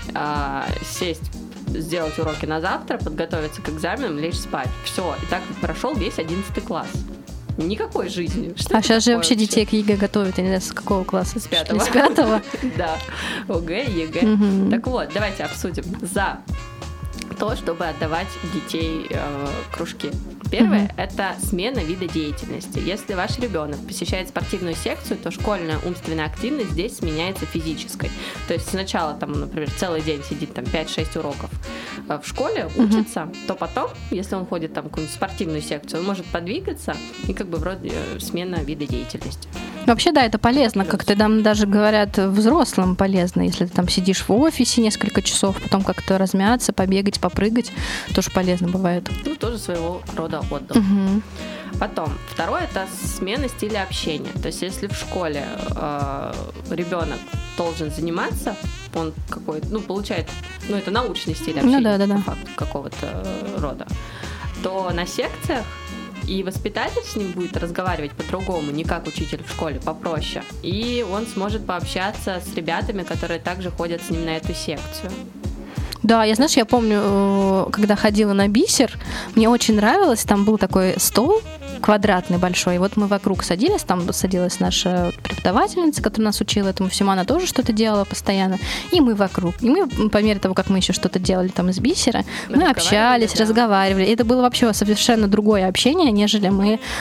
сесть, сделать уроки на завтра, подготовиться к экзаменам, лечь спать. Все. И так прошел весь 11 класс. Никакой жизни. Что сейчас же вообще детей к ЕГЭ готовят, я не знаю, с какого класса? С 5-го. С 5-го? Да, ОГЭ, ЕГЭ. Так вот, давайте обсудим за то, чтобы отдавать детей в кружки. Первое – это смена вида деятельности. Если ваш ребенок посещает спортивную секцию, то школьная умственная активность здесь сменяется физической. То есть сначала, например, целый день сидит 5-6 уроков в школе, учится, то потом, если он ходит в какую-нибудь спортивную секцию, он может подвигаться и вроде смена вида деятельности. Вообще, да, это полезно, как-то там даже говорят, взрослым полезно, если ты там сидишь в офисе несколько часов, потом как-то размяться, побегать, попрыгать, тоже полезно бывает. Тоже своего рода отдых. Потом, второе – это смена стиля общения. То есть, если в школе ребенок должен заниматься, он какой-то, получает, это научный стиль общения, по факту какого-то рода, то на секциях И воспитатель с ним будет разговаривать по-другому, не как учитель в школе, попроще. И он сможет пообщаться с ребятами, которые также ходят с ним на эту секцию. Да, я помню, когда ходила на бисер, мне очень нравилось, там был такой стол квадратный большой, и вот мы вокруг садились, там садилась наша преподавательница, которая нас учила этому всему, она тоже что-то делала постоянно, и мы вокруг. И мы, по мере того, как мы еще что-то делали там из бисера, мы общались, разговаривали. И это было вообще совершенно другое общение, нежели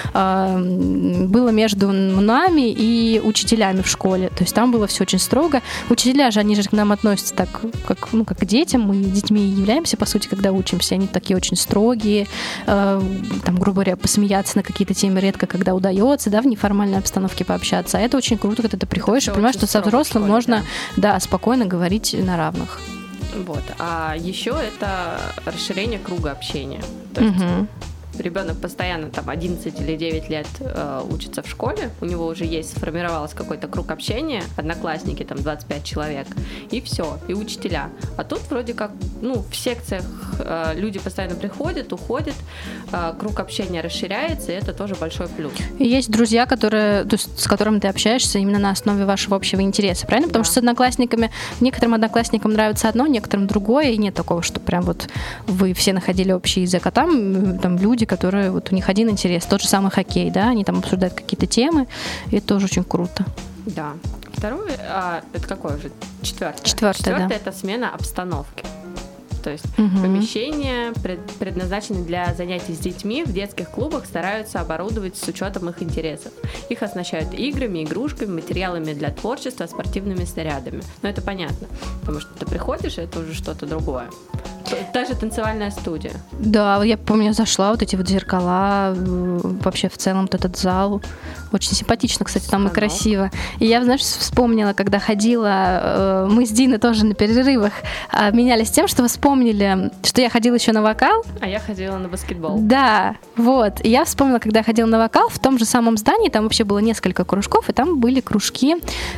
было между нами и учителями в школе. То есть там было все очень строго. Учителя же, они же к нам относятся так, как к детям, мы детьми являемся, по сути, когда учимся, они такие очень строгие, там, грубо говоря, посмеяться на какие-то темы редко когда удается, да, в неформальной обстановке пообщаться. А это очень круто, когда ты приходишь и понимаешь, что со взрослым можно, да, спокойно говорить на равных. Вот. А еще это расширение круга общения. То есть ребенок постоянно там 11 или 9 лет учится в школе, у него уже есть, сформировалось какой-то круг общения, одноклассники, там 25 человек, и все, и учителя. А тут вроде как, в секциях люди постоянно приходят, уходят, круг общения расширяется, и это тоже большой плюс. И есть друзья, с которыми ты общаешься именно на основе вашего общего интереса, правильно? Потому что с одноклассниками, некоторым одноклассникам нравится одно, некоторым другое, и нет такого, что прям вот вы все находили общий язык, а там люди, которые вот у них один интерес, тот же самый хоккей, да, они там обсуждают какие-то темы, и это тоже очень круто. Да. Второе, это какое уже? Четвертое, да. Это смена обстановки. То есть помещения, предназначенные для занятий с детьми, в детских клубах стараются оборудовать с учетом их интересов. Их оснащают играми, игрушками, материалами для творчества, спортивными снарядами. Но это понятно, потому что ты приходишь, и это уже что-то другое. Та же танцевальная студия. Да, я помню, я зашла, вот эти вот зеркала, вообще в целом вот этот зал. Очень симпатично, кстати, там и красиво. И я, знаешь, вспомнила, когда ходила, мы с Диной тоже на перерывах менялись тем, что вспомнили, что я ходила еще на вокал. А я ходила на баскетбол. Да, вот. И я вспомнила, когда я ходила на вокал, в том же самом здании, там вообще было несколько кружков, и там были кружки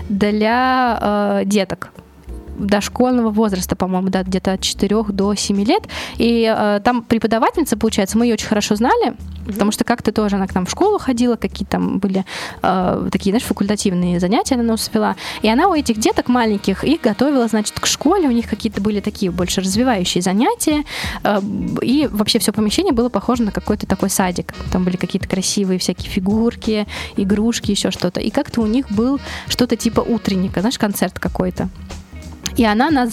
для деток дошкольного возраста, по-моему, да, где-то от 4 до 7 лет. И там преподавательница, получается, мы ее очень хорошо знали, потому что как-то тоже она к нам в школу ходила, какие-то там были такие, знаешь, факультативные занятия она нас вела. И она у этих деток маленьких их готовила, значит, к школе. У них какие-то были такие больше развивающие занятия. И вообще все помещение было похоже на какой-то такой садик. Там были какие-то красивые всякие фигурки, игрушки, еще что-то. И как-то у них был что-то типа утренника, знаешь, концерт какой-то. И она нас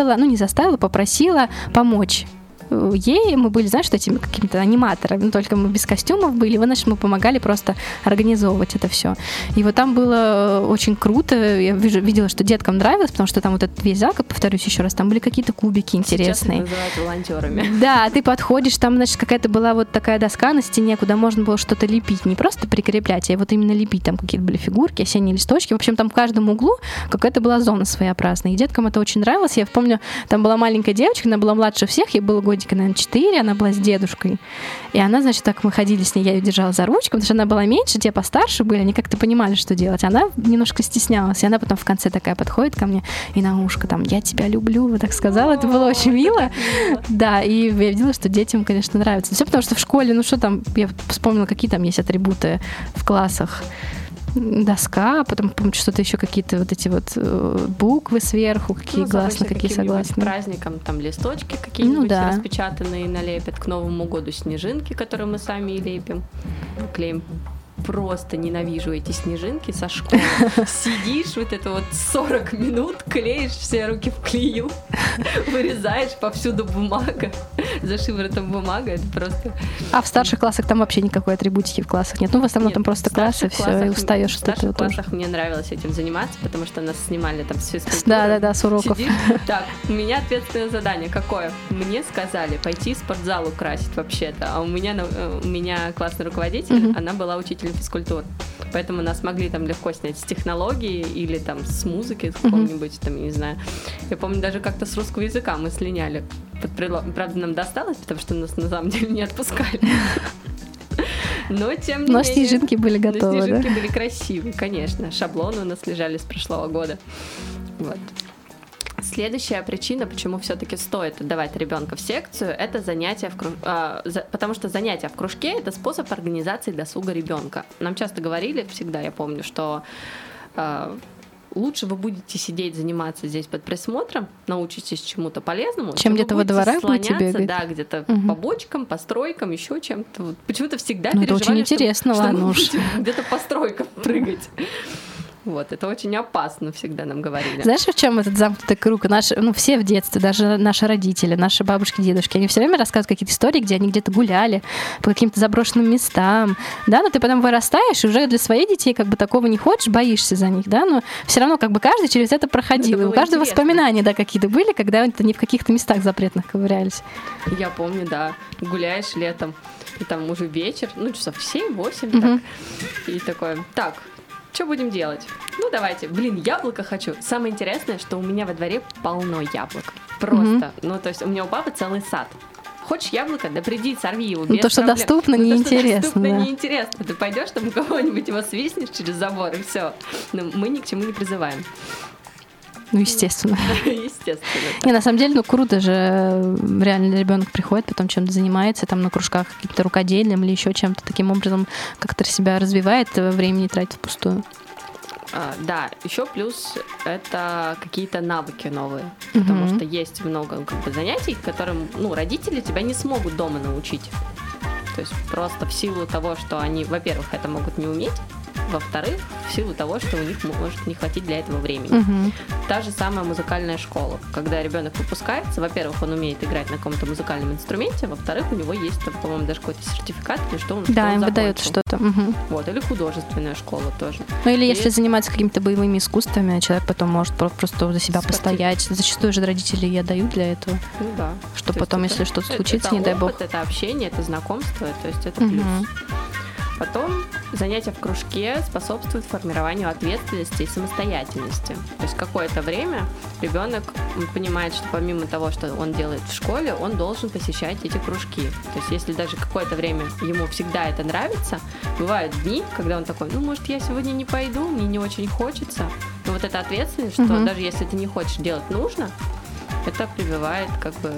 попросила помочь ей. Мы были, знаешь, этими какими-то аниматорами, только мы без костюмов были, мы помогали просто организовывать это все. И вот там было очень круто, я видела, что деткам нравилось, потому что там вот этот весь зал, повторюсь еще раз, там были какие-то кубики интересные. Сейчас их называют волонтерами. Да, ты подходишь, там, значит, какая-то была вот такая доска на стене, куда можно было что-то лепить, не просто прикреплять, а вот именно лепить, там какие-то были фигурки, осенние листочки, в общем, там в каждом углу какая-то была зона своеобразная, и деткам это очень нравилось. Я помню, там была маленькая девочка, она была младше всех, ей было годика, наверное, 4, она была с дедушкой. И она, значит, так мы ходили с ней, я ее держала за ручку, потому что она была меньше, те постарше были, они как-то понимали, что делать. Она немножко стеснялась. И она потом в конце такая подходит ко мне и на ушко там: «Я тебя люблю», вот так сказала. Это было очень мило. Да, и я видела, что детям, конечно, нравится. Все потому, что в школе, я вспомнила, какие там есть атрибуты в классах. Доска, потом, помню, что-то еще, какие-то вот эти вот буквы сверху, какие гласные, какие согласные. Праздникам там листочки какие-нибудь распечатанные налепят, к Новому году снежинки, которые мы сами и лепим, клеим. Просто ненавижу эти снежинки со школы. Сидишь вот это вот 40 минут, клеишь все руки в клею, вырезаешь, повсюду бумага, за шиворотом бумага, это просто... А в старших классах там вообще никакой атрибутики в классах нет? В основном там просто классы, все, и устаешь от этого тоже. В старших классах мне нравилось этим заниматься, потому что нас снимали там с физкультуры. Да, с уроков. Сидишь, так, у меня ответственное задание какое? Мне сказали пойти в спортзал украсить вообще-то, а у меня классный руководитель, она была учителем физкультуры. Поэтому нас могли там легко снять с технологии или там с музыки, с какого-нибудь там, не знаю. Я помню, даже как-то с русского языка мы слиняли. Правда, нам досталось, потому что нас на самом деле не отпускали. Но тем не менее... снежинки были готовы, снежинки были красивые, конечно. Шаблоны у нас лежали с прошлого года. Вот. следующая причина, почему все-таки стоит отдавать ребенка в секцию, это занятия потому что занятия в кружке — это способ организации досуга ребенка. Нам часто говорили, всегда я помню, что лучше вы будете сидеть, заниматься здесь под присмотром, научитесь чему-то полезному, чем где-то во дворах будете бегать. Да, где-то по бочкам, по стройкам, еще чем-то. Вот почему-то всегда переживали, это очень интересно, что ладно мы уж. будем где-то по стройкам прыгать. Вот, это очень опасно, всегда нам говорили. Знаешь, в чем этот замкнутый круг? Все в детстве, даже наши родители, наши бабушки, дедушки, они все время рассказывают какие-то истории, где они где-то гуляли по каким-то заброшенным местам, да, но ты потом вырастаешь, и уже для своих детей как бы такого не хочешь, боишься за них, да, но все равно как бы каждый через это проходил, и у каждого воспоминания, да, какие-то были, когда они в каких-то местах запретных ковырялись. Я помню, да, гуляешь летом, и там уже вечер, часов 7-8, так, и такое, так, что будем делать? Давайте. Яблоко хочу. Самое интересное, что у меня во дворе полно яблок. Просто. То есть у меня у папы целый сад. Хочешь яблоко? Да приди, сорви его. Без то, что проблем. доступно, неинтересно. Неинтересно. Ты пойдешь там у кого-нибудь его свистнешь через забор, и все. Мы ни к чему не призываем. Естественно. Естественно. На самом деле, круто же, реально ребенок приходит, потом чем-то занимается, там на кружках каким-то рукоделием или еще чем-то таким образом как-то себя развивает, времени тратит впустую. Да, еще плюс это какие-то навыки новые, потому что есть много занятий, которым родители тебя не смогут дома научить. То есть просто в силу того, что они, во-первых, это могут не уметь, во-вторых, в силу того, что у них может не хватить для этого времени. Та же самая музыкальная школа. Когда ребенок выпускается, во-первых, он умеет играть на каком-то музыкальном инструменте, во-вторых, у него есть, по-моему, даже какой-то сертификат, или что он им выдает что-то. Вот, или художественная школа тоже. Или если заниматься какими-то боевыми искусствами, человек потом может просто за себя постоять. Зачастую же родители и отдают для этого. Да. Что потом, если что-то случится, не дай бог. Это общение, это знакомство, то есть это плюс. Потом занятия в кружке способствуют формированию ответственности и самостоятельности. То есть какое-то время ребенок понимает, что помимо того, что он делает в школе, он должен посещать эти кружки. То есть если даже какое-то время ему всегда это нравится, бывают дни, когда он такой, может, я сегодня не пойду, мне не очень хочется. Но вот эта ответственность, что даже если ты не хочешь делать нужно, это прививает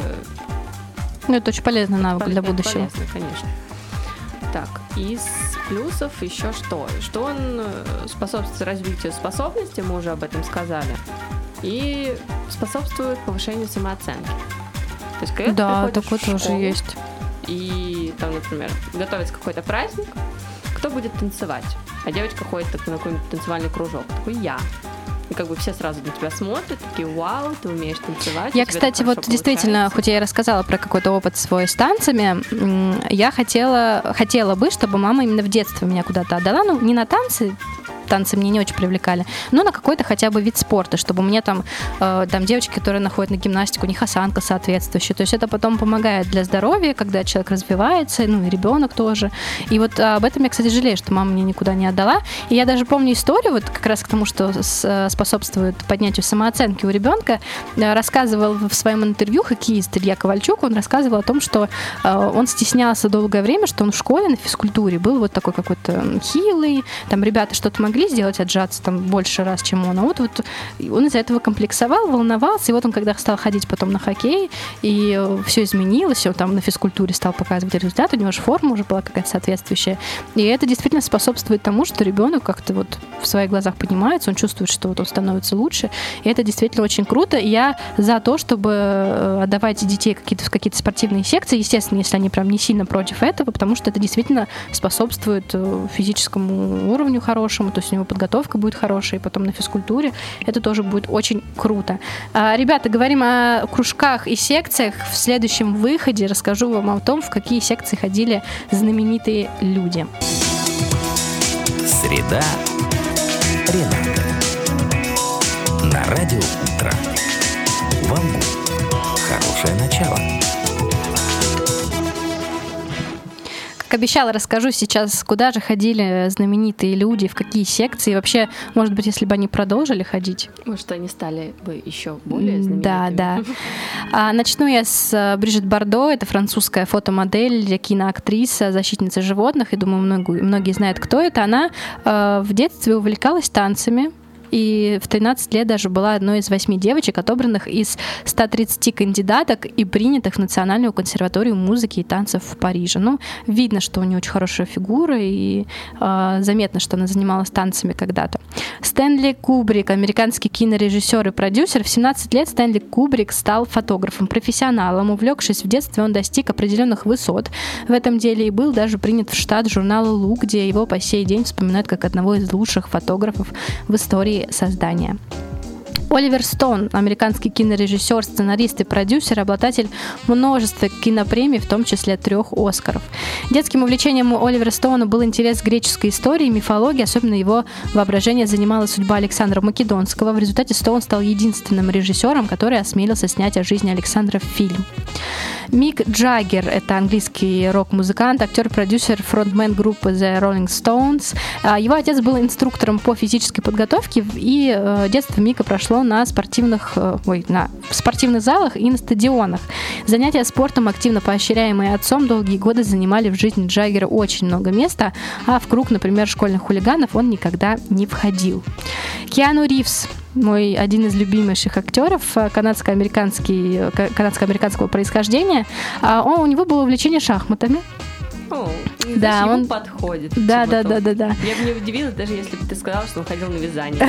это очень полезный навык для будущего. Полезно, конечно. Так, из плюсов еще что? Что он способствует развитию способностей, мы уже об этом сказали, и способствует повышению самооценки. То есть, когда ты приходишь в школу, тоже есть. И там, например, готовится какой-то праздник, кто будет танцевать? А девочка ходит на какой-нибудь танцевальный кружок. Такой я. И все сразу на тебя смотрят, такие, вау, ты умеешь танцевать. Я, кстати, действительно, хоть я и рассказала про какой-то опыт свой с танцами, я хотела бы, чтобы мама именно в детстве меня куда-то отдала, не на танцы мне не очень привлекали, но на какой-то хотя бы вид спорта, чтобы у меня там девочки, которые находят на гимнастику, у них осанка соответствующая. То есть это потом помогает для здоровья, когда человек развивается, и ребенок тоже. И вот об этом я, кстати, жалею, что мама меня никуда не отдала. И я даже помню историю, как раз к тому, что способствует поднятию самооценки у ребенка, рассказывал в своем интервью хоккеист Илья Ковальчук, он рассказывал о том, что он стеснялся долгое время, что он в школе на физкультуре был вот такой какой-то хилый, там ребята что-то могли сделать, отжаться там больше раз, чем он. А вот он из-за этого комплексовал, волновался, и вот он, когда стал ходить потом на хоккей, и все изменилось, он там на физкультуре стал показывать результат, у него же форма уже была какая-то соответствующая. И это действительно способствует тому, что ребенок как-то в своих глазах поднимается, он чувствует, что он становится лучше, и это действительно очень круто. И я за то, чтобы отдавать детей в какие-то спортивные секции, естественно, если они прям не сильно против этого, потому что это действительно способствует физическому уровню хорошему, то есть у него подготовка будет хорошая, и потом на физкультуре это тоже будет очень круто. Ребята, говорим о кружках и секциях. В следующем выходе расскажу вам о том, в какие секции ходили знаменитые люди. Среда Рената. На радио «Утро». Вам хорошее начало. Как обещала, расскажу сейчас, куда же ходили знаменитые люди, в какие секции. Вообще, может быть, если бы они продолжили ходить. Может, они стали бы еще более знаменитыми. Да. Начну я с Брижит Бардо. Это французская фотомодель, киноактриса, защитница животных. Я думаю, многие знают, кто это. Она в детстве увлекалась танцами. и в 13 лет даже была одной из 8 девочек, отобранных из 130 кандидаток и принятых в Национальную консерваторию музыки и танцев в Париже. Ну, видно, что у нее очень хорошая фигура, и заметно, что она занималась танцами когда-то. Стэнли Кубрик, американский кинорежиссер и продюсер. В 17 лет Стэнли Кубрик стал фотографом, профессионалом. Увлекшись в детстве, он достиг определенных высот в этом деле и был даже принят в штат журнала «Лук», где его по сей день вспоминают как одного из лучших фотографов в истории создания. Оливер Стоун, американский кинорежиссер, сценарист и продюсер, обладатель множества кинопремий, в том числе 3 «Оскаров». Детским увлечением у Оливера Стоуна был интерес к греческой истории и мифологии, особенно его воображение занимала судьба Александра Македонского. В результате Стоун стал единственным режиссером, который осмелился снять о жизни Александра фильм. Мик Джаггер – это английский рок-музыкант, актер, продюсер, фронтмен группы The Rolling Stones. Его отец был инструктором по физической подготовке, и детство Мика прошло в спортивных залах и на стадионах. Занятия спортом, активно поощряемые отцом, долгие годы занимали в жизни Джаггера очень много места, а в круг, например, школьных хулиганов он никогда не входил. Киану Ривз, мой один из любимейших актеров, канадско-американского происхождения, у него было увлечение шахматами. Да, он подходит. Да. Я бы не удивилась, даже если бы ты сказала, что он ходил на вязание.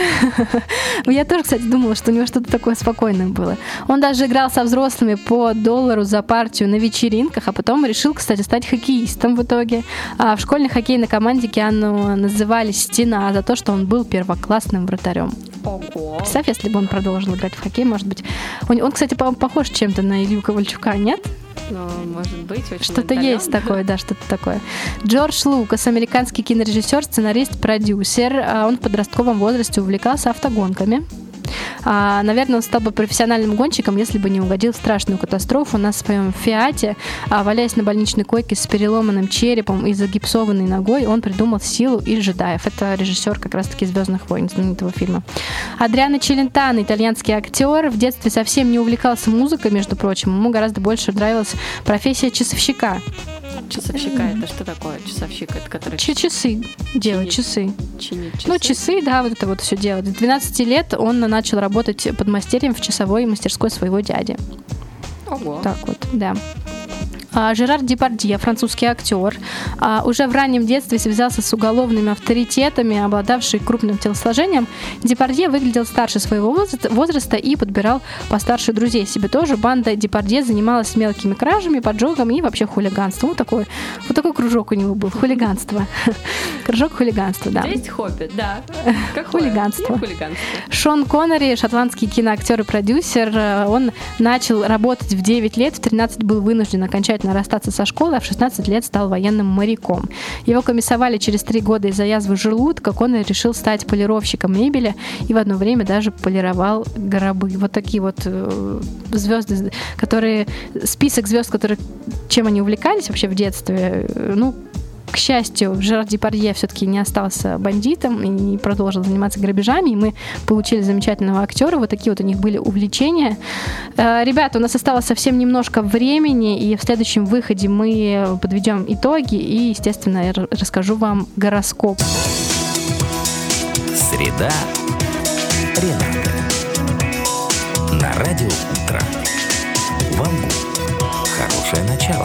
Я тоже, кстати, думала, что у него что-то такое спокойное было. Он даже играл со взрослыми по $1 за партию на вечеринках, а потом решил, кстати, стать хоккеистом в итоге. В школьной хоккейной команде Киану называли «Стена» за то, что он был первоклассным вратарем. Ого. Представь, если бы он продолжил играть в хоккей, может быть. Он, кстати, похож чем-то на Илью Ковальчука, нет? Ну, может быть, очень что-то есть такое, да, что-то такое. Джордж Лукас, американский кинорежиссер, сценарист, продюсер. Он в подростковом возрасте увлекался автогонками. Наверное, он стал бы профессиональным гонщиком, если бы не угодил в страшную катастрофу на своем «Фиате». Валяясь на больничной койке с переломанным черепом и загипсованной ногой, он придумал «Силу» и «Джедаев». Это режиссер как раз-таки «Звездных войн», знаменитого фильма. Адриано Челентано, итальянский актер, в детстве совсем не увлекался музыкой, между прочим. Ему гораздо больше нравилась профессия часовщика. Часовщика — это что такое? Часовщик — это который... Часы делать, часы. Чинить часы? Ну, часы, да, вот это вот все делать. С 12 лет он начал работать подмастерьем в часовой мастерской своего дяди. Ого. Так вот, да. Жерар Депардье, французский актер, уже в раннем детстве связался с уголовными авторитетами, обладавший крупным телосложением. Депардье выглядел старше своего возраста и подбирал постарше друзей себе тоже. Банда Депардье занималась мелкими кражами, поджогом и вообще хулиганством. Вот такой кружок у него был. Хулиганство. Кружок хулиганства, да. Есть хобби, да. Хулиганство. Шон Коннери, шотландский киноактер и продюсер, он начал работать в 9 лет, в 13 был вынужден окончательно расстаться со школы, а в 16 лет стал военным моряком. Его комиссовали через 3 года из-за язвы желудка. Коннери решил стать полировщиком мебели и в одно время даже полировал гробы. Вот такие вот звезды, список звезд, чем они увлекались вообще в детстве. Ну, к счастью, Жерар Депардье все-таки не остался бандитом и не продолжил заниматься грабежами, и мы получили замечательного актера. Вот такие вот у них были увлечения. Ребята, у нас осталось совсем немножко времени, и в следующем выходе мы подведем итоги и, естественно, я расскажу вам гороскоп. Среда Ренаты. На радио «Утро». Вам хорошее начало.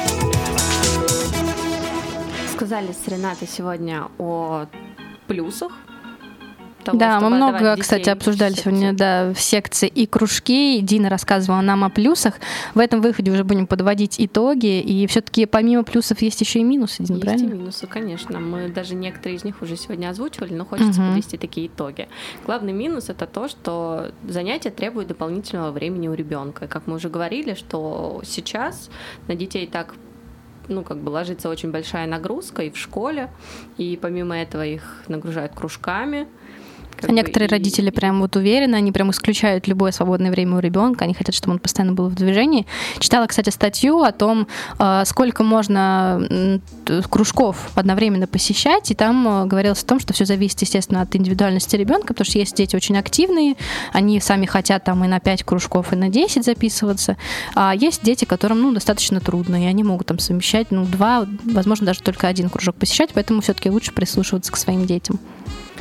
Сказали с Ренатой сегодня о плюсах. Да, мы много, кстати, обсуждали сегодня в секции и кружки. Дина рассказывала нам о плюсах. В этом выходе уже будем подводить итоги. И все-таки помимо плюсов есть еще и минусы, Дина, правильно? Есть и минусы, конечно. Мы даже некоторые из них уже сегодня озвучивали, но хочется подвести такие итоги. Главный минус — это то, что занятия требуют дополнительного времени у ребенка. Как мы уже говорили, что сейчас на детей так ложится очень большая нагрузка и в школе, и помимо этого их нагружают кружками. Некоторые родители прям вот уверены, они прям исключают любое свободное время у ребенка, они хотят, чтобы он постоянно был в движении. Читала, кстати, статью о том, сколько можно кружков одновременно посещать, и там говорилось о том, что все зависит, естественно, от индивидуальности ребенка, потому что есть дети очень активные, они сами хотят там и на 5 кружков, и на 10 записываться, а есть дети, которым достаточно трудно, и они могут там совмещать 2, возможно, даже только 1 кружок посещать, поэтому все-таки лучше прислушиваться к своим детям.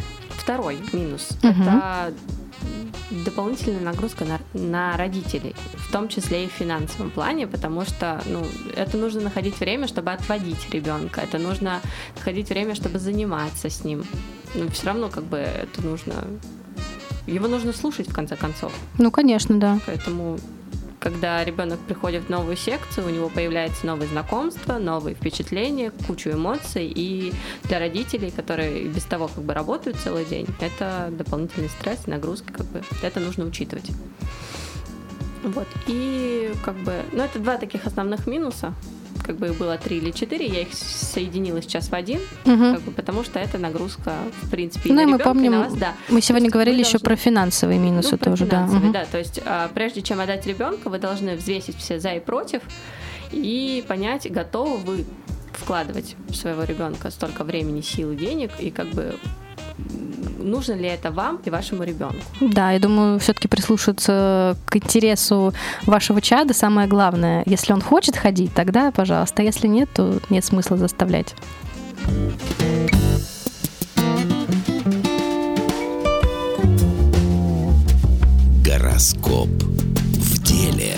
второй минус. Это дополнительная нагрузка на родителей, в том числе и в финансовом плане, потому что это нужно находить время, чтобы отводить ребенка, это нужно находить время, чтобы заниматься с ним. Но все равно это нужно... Его нужно слушать, в конце концов. Конечно, да. Поэтому, когда ребенок приходит в новую секцию, у него появляются новые знакомства, новые впечатления, кучу эмоций, и для родителей, которые без того работают целый день, это дополнительный стресс, нагрузка, это нужно учитывать. Вот. И это два таких основных минуса. Их было 3 или 4, я их соединила сейчас в один, потому что это нагрузка, в принципе, и на ребенка, мы помним, и на вас, да. Мы сегодня говорили еще про финансовые минусы тоже, да. То есть, прежде чем отдать ребенка, вы должны взвесить все за и против и понять, готовы вы вкладывать в своего ребенка столько времени, сил и денег, и нужно ли это вам и вашему ребенку? Да, я думаю, все-таки прислушаться к интересу вашего чада самое главное. Если он хочет ходить, тогда, пожалуйста. А если нет, то нет смысла заставлять. Гороскоп в деле.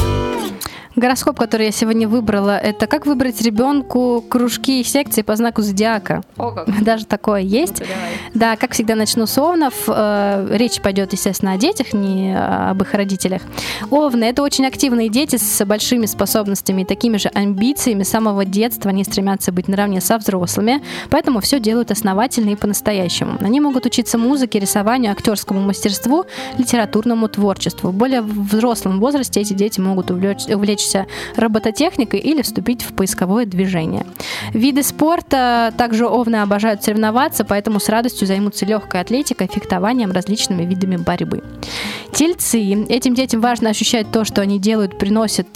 Гороскоп, который я сегодня выбрала, это как выбрать ребенку кружки и секции по знаку зодиака. О, как. Даже такое есть. Ну-ка, да, как всегда, начну с овнов. Речь пойдет, естественно, о детях, не об их родителях. Овны — это очень активные дети с большими способностями и такими же амбициями. С самого детства они стремятся быть наравне со взрослыми, поэтому все делают основательно и по-настоящему. Они могут учиться музыке, рисованию, актерскому мастерству, литературному творчеству. В более взрослом возрасте эти дети могут увлечься робототехникой или вступить в поисковое движение. Виды спорта. Также овны обожают соревноваться, поэтому с радостью займутся легкой атлетикой, фехтованием, различными видами борьбы. Тельцы. Этим детям важно ощущать то, что они делают, приносит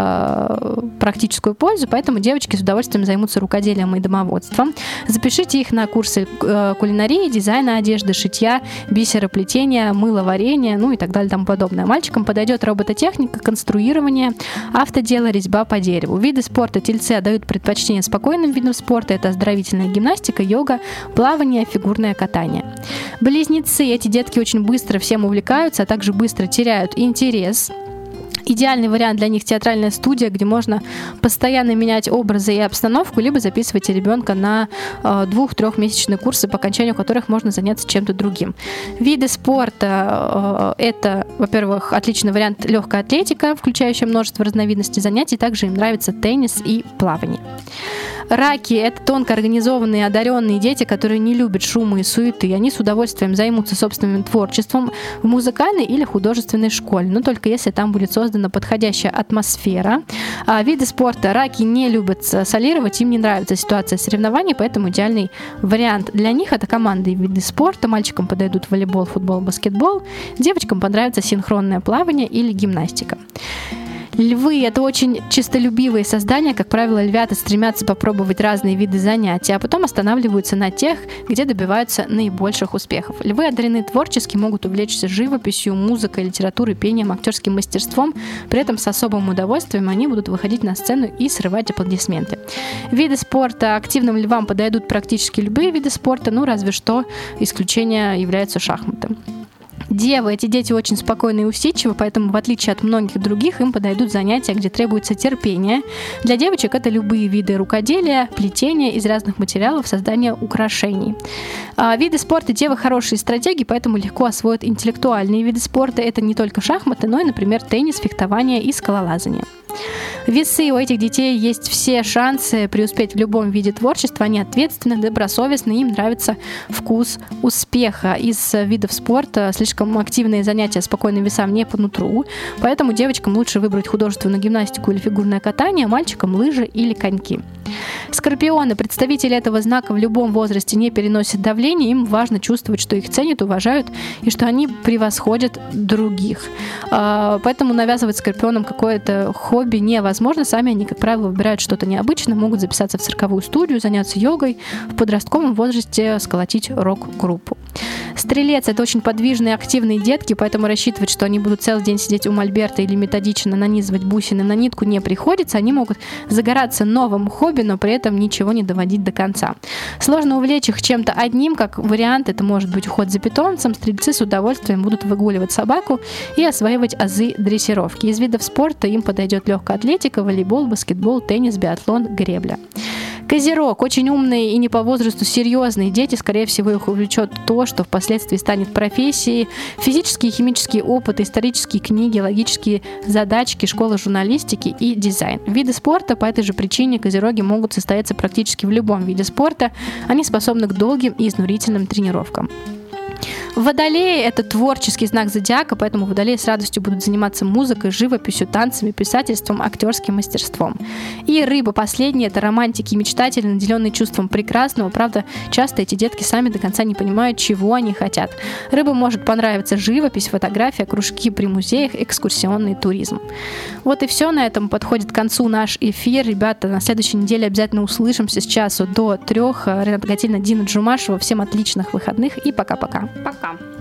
практическую пользу, поэтому девочки с удовольствием займутся рукоделием и домоводством. Запишите их на курсы кулинарии, дизайна одежды, шитья, бисероплетения, мыловарения, и так далее и тому подобное. Мальчикам подойдет робототехника, конструирование, автодело, резьба по дереву. Виды спорта тельцы отдают предпочтение спокойным видам спорта. Это оздоровительная гимнастика, йога, плавание, фигурное катание. Близнецы. Эти детки очень быстро всем увлекаются, а также быстро теряют интерес. Идеальный вариант для них — театральная студия, где можно постоянно менять образы и обстановку, либо записывайте ребенка на 2-3-месячные курсы, по окончанию которых можно заняться чем-то другим. Виды спорта — это, во-первых, отличный вариант легкая атлетика, включающая множество разновидностей занятий. Также им нравится теннис и плавание. Раки — это тонко организованные, одаренные дети, которые не любят шума и суеты. Они с удовольствием займутся собственным творчеством в музыкальной или художественной школе, но только если там будет создана подходящая атмосфера. Виды спорта. Раки не любят солировать, им не нравится ситуация соревнований, поэтому идеальный вариант для них — это команды и виды спорта. Мальчикам подойдут волейбол, футбол, баскетбол. Девочкам понравится синхронное плавание или гимнастика. Львы — это очень честолюбивые создания. Как правило, львята стремятся попробовать разные виды занятий, а потом останавливаются на тех, где добиваются наибольших успехов. Львы одарены творчески, могут увлечься живописью, музыкой, литературой, пением, актерским мастерством. При этом с особым удовольствием они будут выходить на сцену и срывать аплодисменты. Виды спорта. Активным львам подойдут практически любые виды спорта, разве что исключение являются шахматы. Девы — эти дети очень спокойны и усидчивы, поэтому, в отличие от многих других, им подойдут занятия, где требуется терпение. Для девочек это любые виды рукоделия, плетения из разных материалов, создание украшений. Виды спорта. Девы — хорошие стратеги, поэтому легко освоят интеллектуальные виды спорта. Это не только шахматы, но и, например, теннис, фехтование и скалолазание. Весы. У этих детей есть все шансы преуспеть в любом виде творчества. Они ответственны, добросовестны, им нравится вкус успеха. Из видов спорта слишком активные занятия спокойным весам не по нутру, поэтому девочкам лучше выбрать художественную гимнастику или фигурное катание, мальчикам лыжи или коньки. Скорпионы. Представители этого знака в любом возрасте не переносят давления, им важно чувствовать, что их ценят, уважают и что они превосходят других. Поэтому навязывать скорпионам какое-то хобби невозможно. Сами они, как правило, выбирают что-то необычное, могут записаться в цирковую студию, заняться йогой, в подростковом возрасте сколотить рок-группу. Стрелец — это очень подвижные, активные детки, поэтому рассчитывать, что они будут целый день сидеть у мольберта или методично нанизывать бусины на нитку, не приходится. Они могут загораться новым хобби, но при этом ничего не доводить до конца. Сложно увлечь их чем-то одним, как вариант, это может быть уход за питомцем. Стрельцы с удовольствием будут выгуливать собаку и осваивать азы дрессировки. Из видов спорта им подойдет легкая атлетика, волейбол, баскетбол, теннис, биатлон, гребля. Козерог. Очень умные и не по возрасту серьезные дети. Скорее всего, их увлечет то, что впоследствии станет профессией. Физические и химические опыты, исторические книги, логические задачки, школа журналистики и дизайн. Виды спорта по этой же причине козероги могут состояться практически в любом виде спорта. Они способны к долгим и изнурительным тренировкам. Водолеи — это творческий знак зодиака, поэтому водолеи с радостью будут заниматься музыкой, живописью, танцами, писательством, актерским мастерством. И рыба последняя — это романтики и мечтатели, наделенные чувством прекрасного. Правда, часто эти детки сами до конца не понимают, чего они хотят. Рыбам может понравиться живопись, фотография, кружки при музеях, экскурсионный туризм. Вот и все. На этом подходит к концу наш эфир. Ребята, на следующей неделе обязательно услышимся с часу до 3. Рената Гатина, Дина Джумашева. Всем отличных выходных и пока-пока. Пока.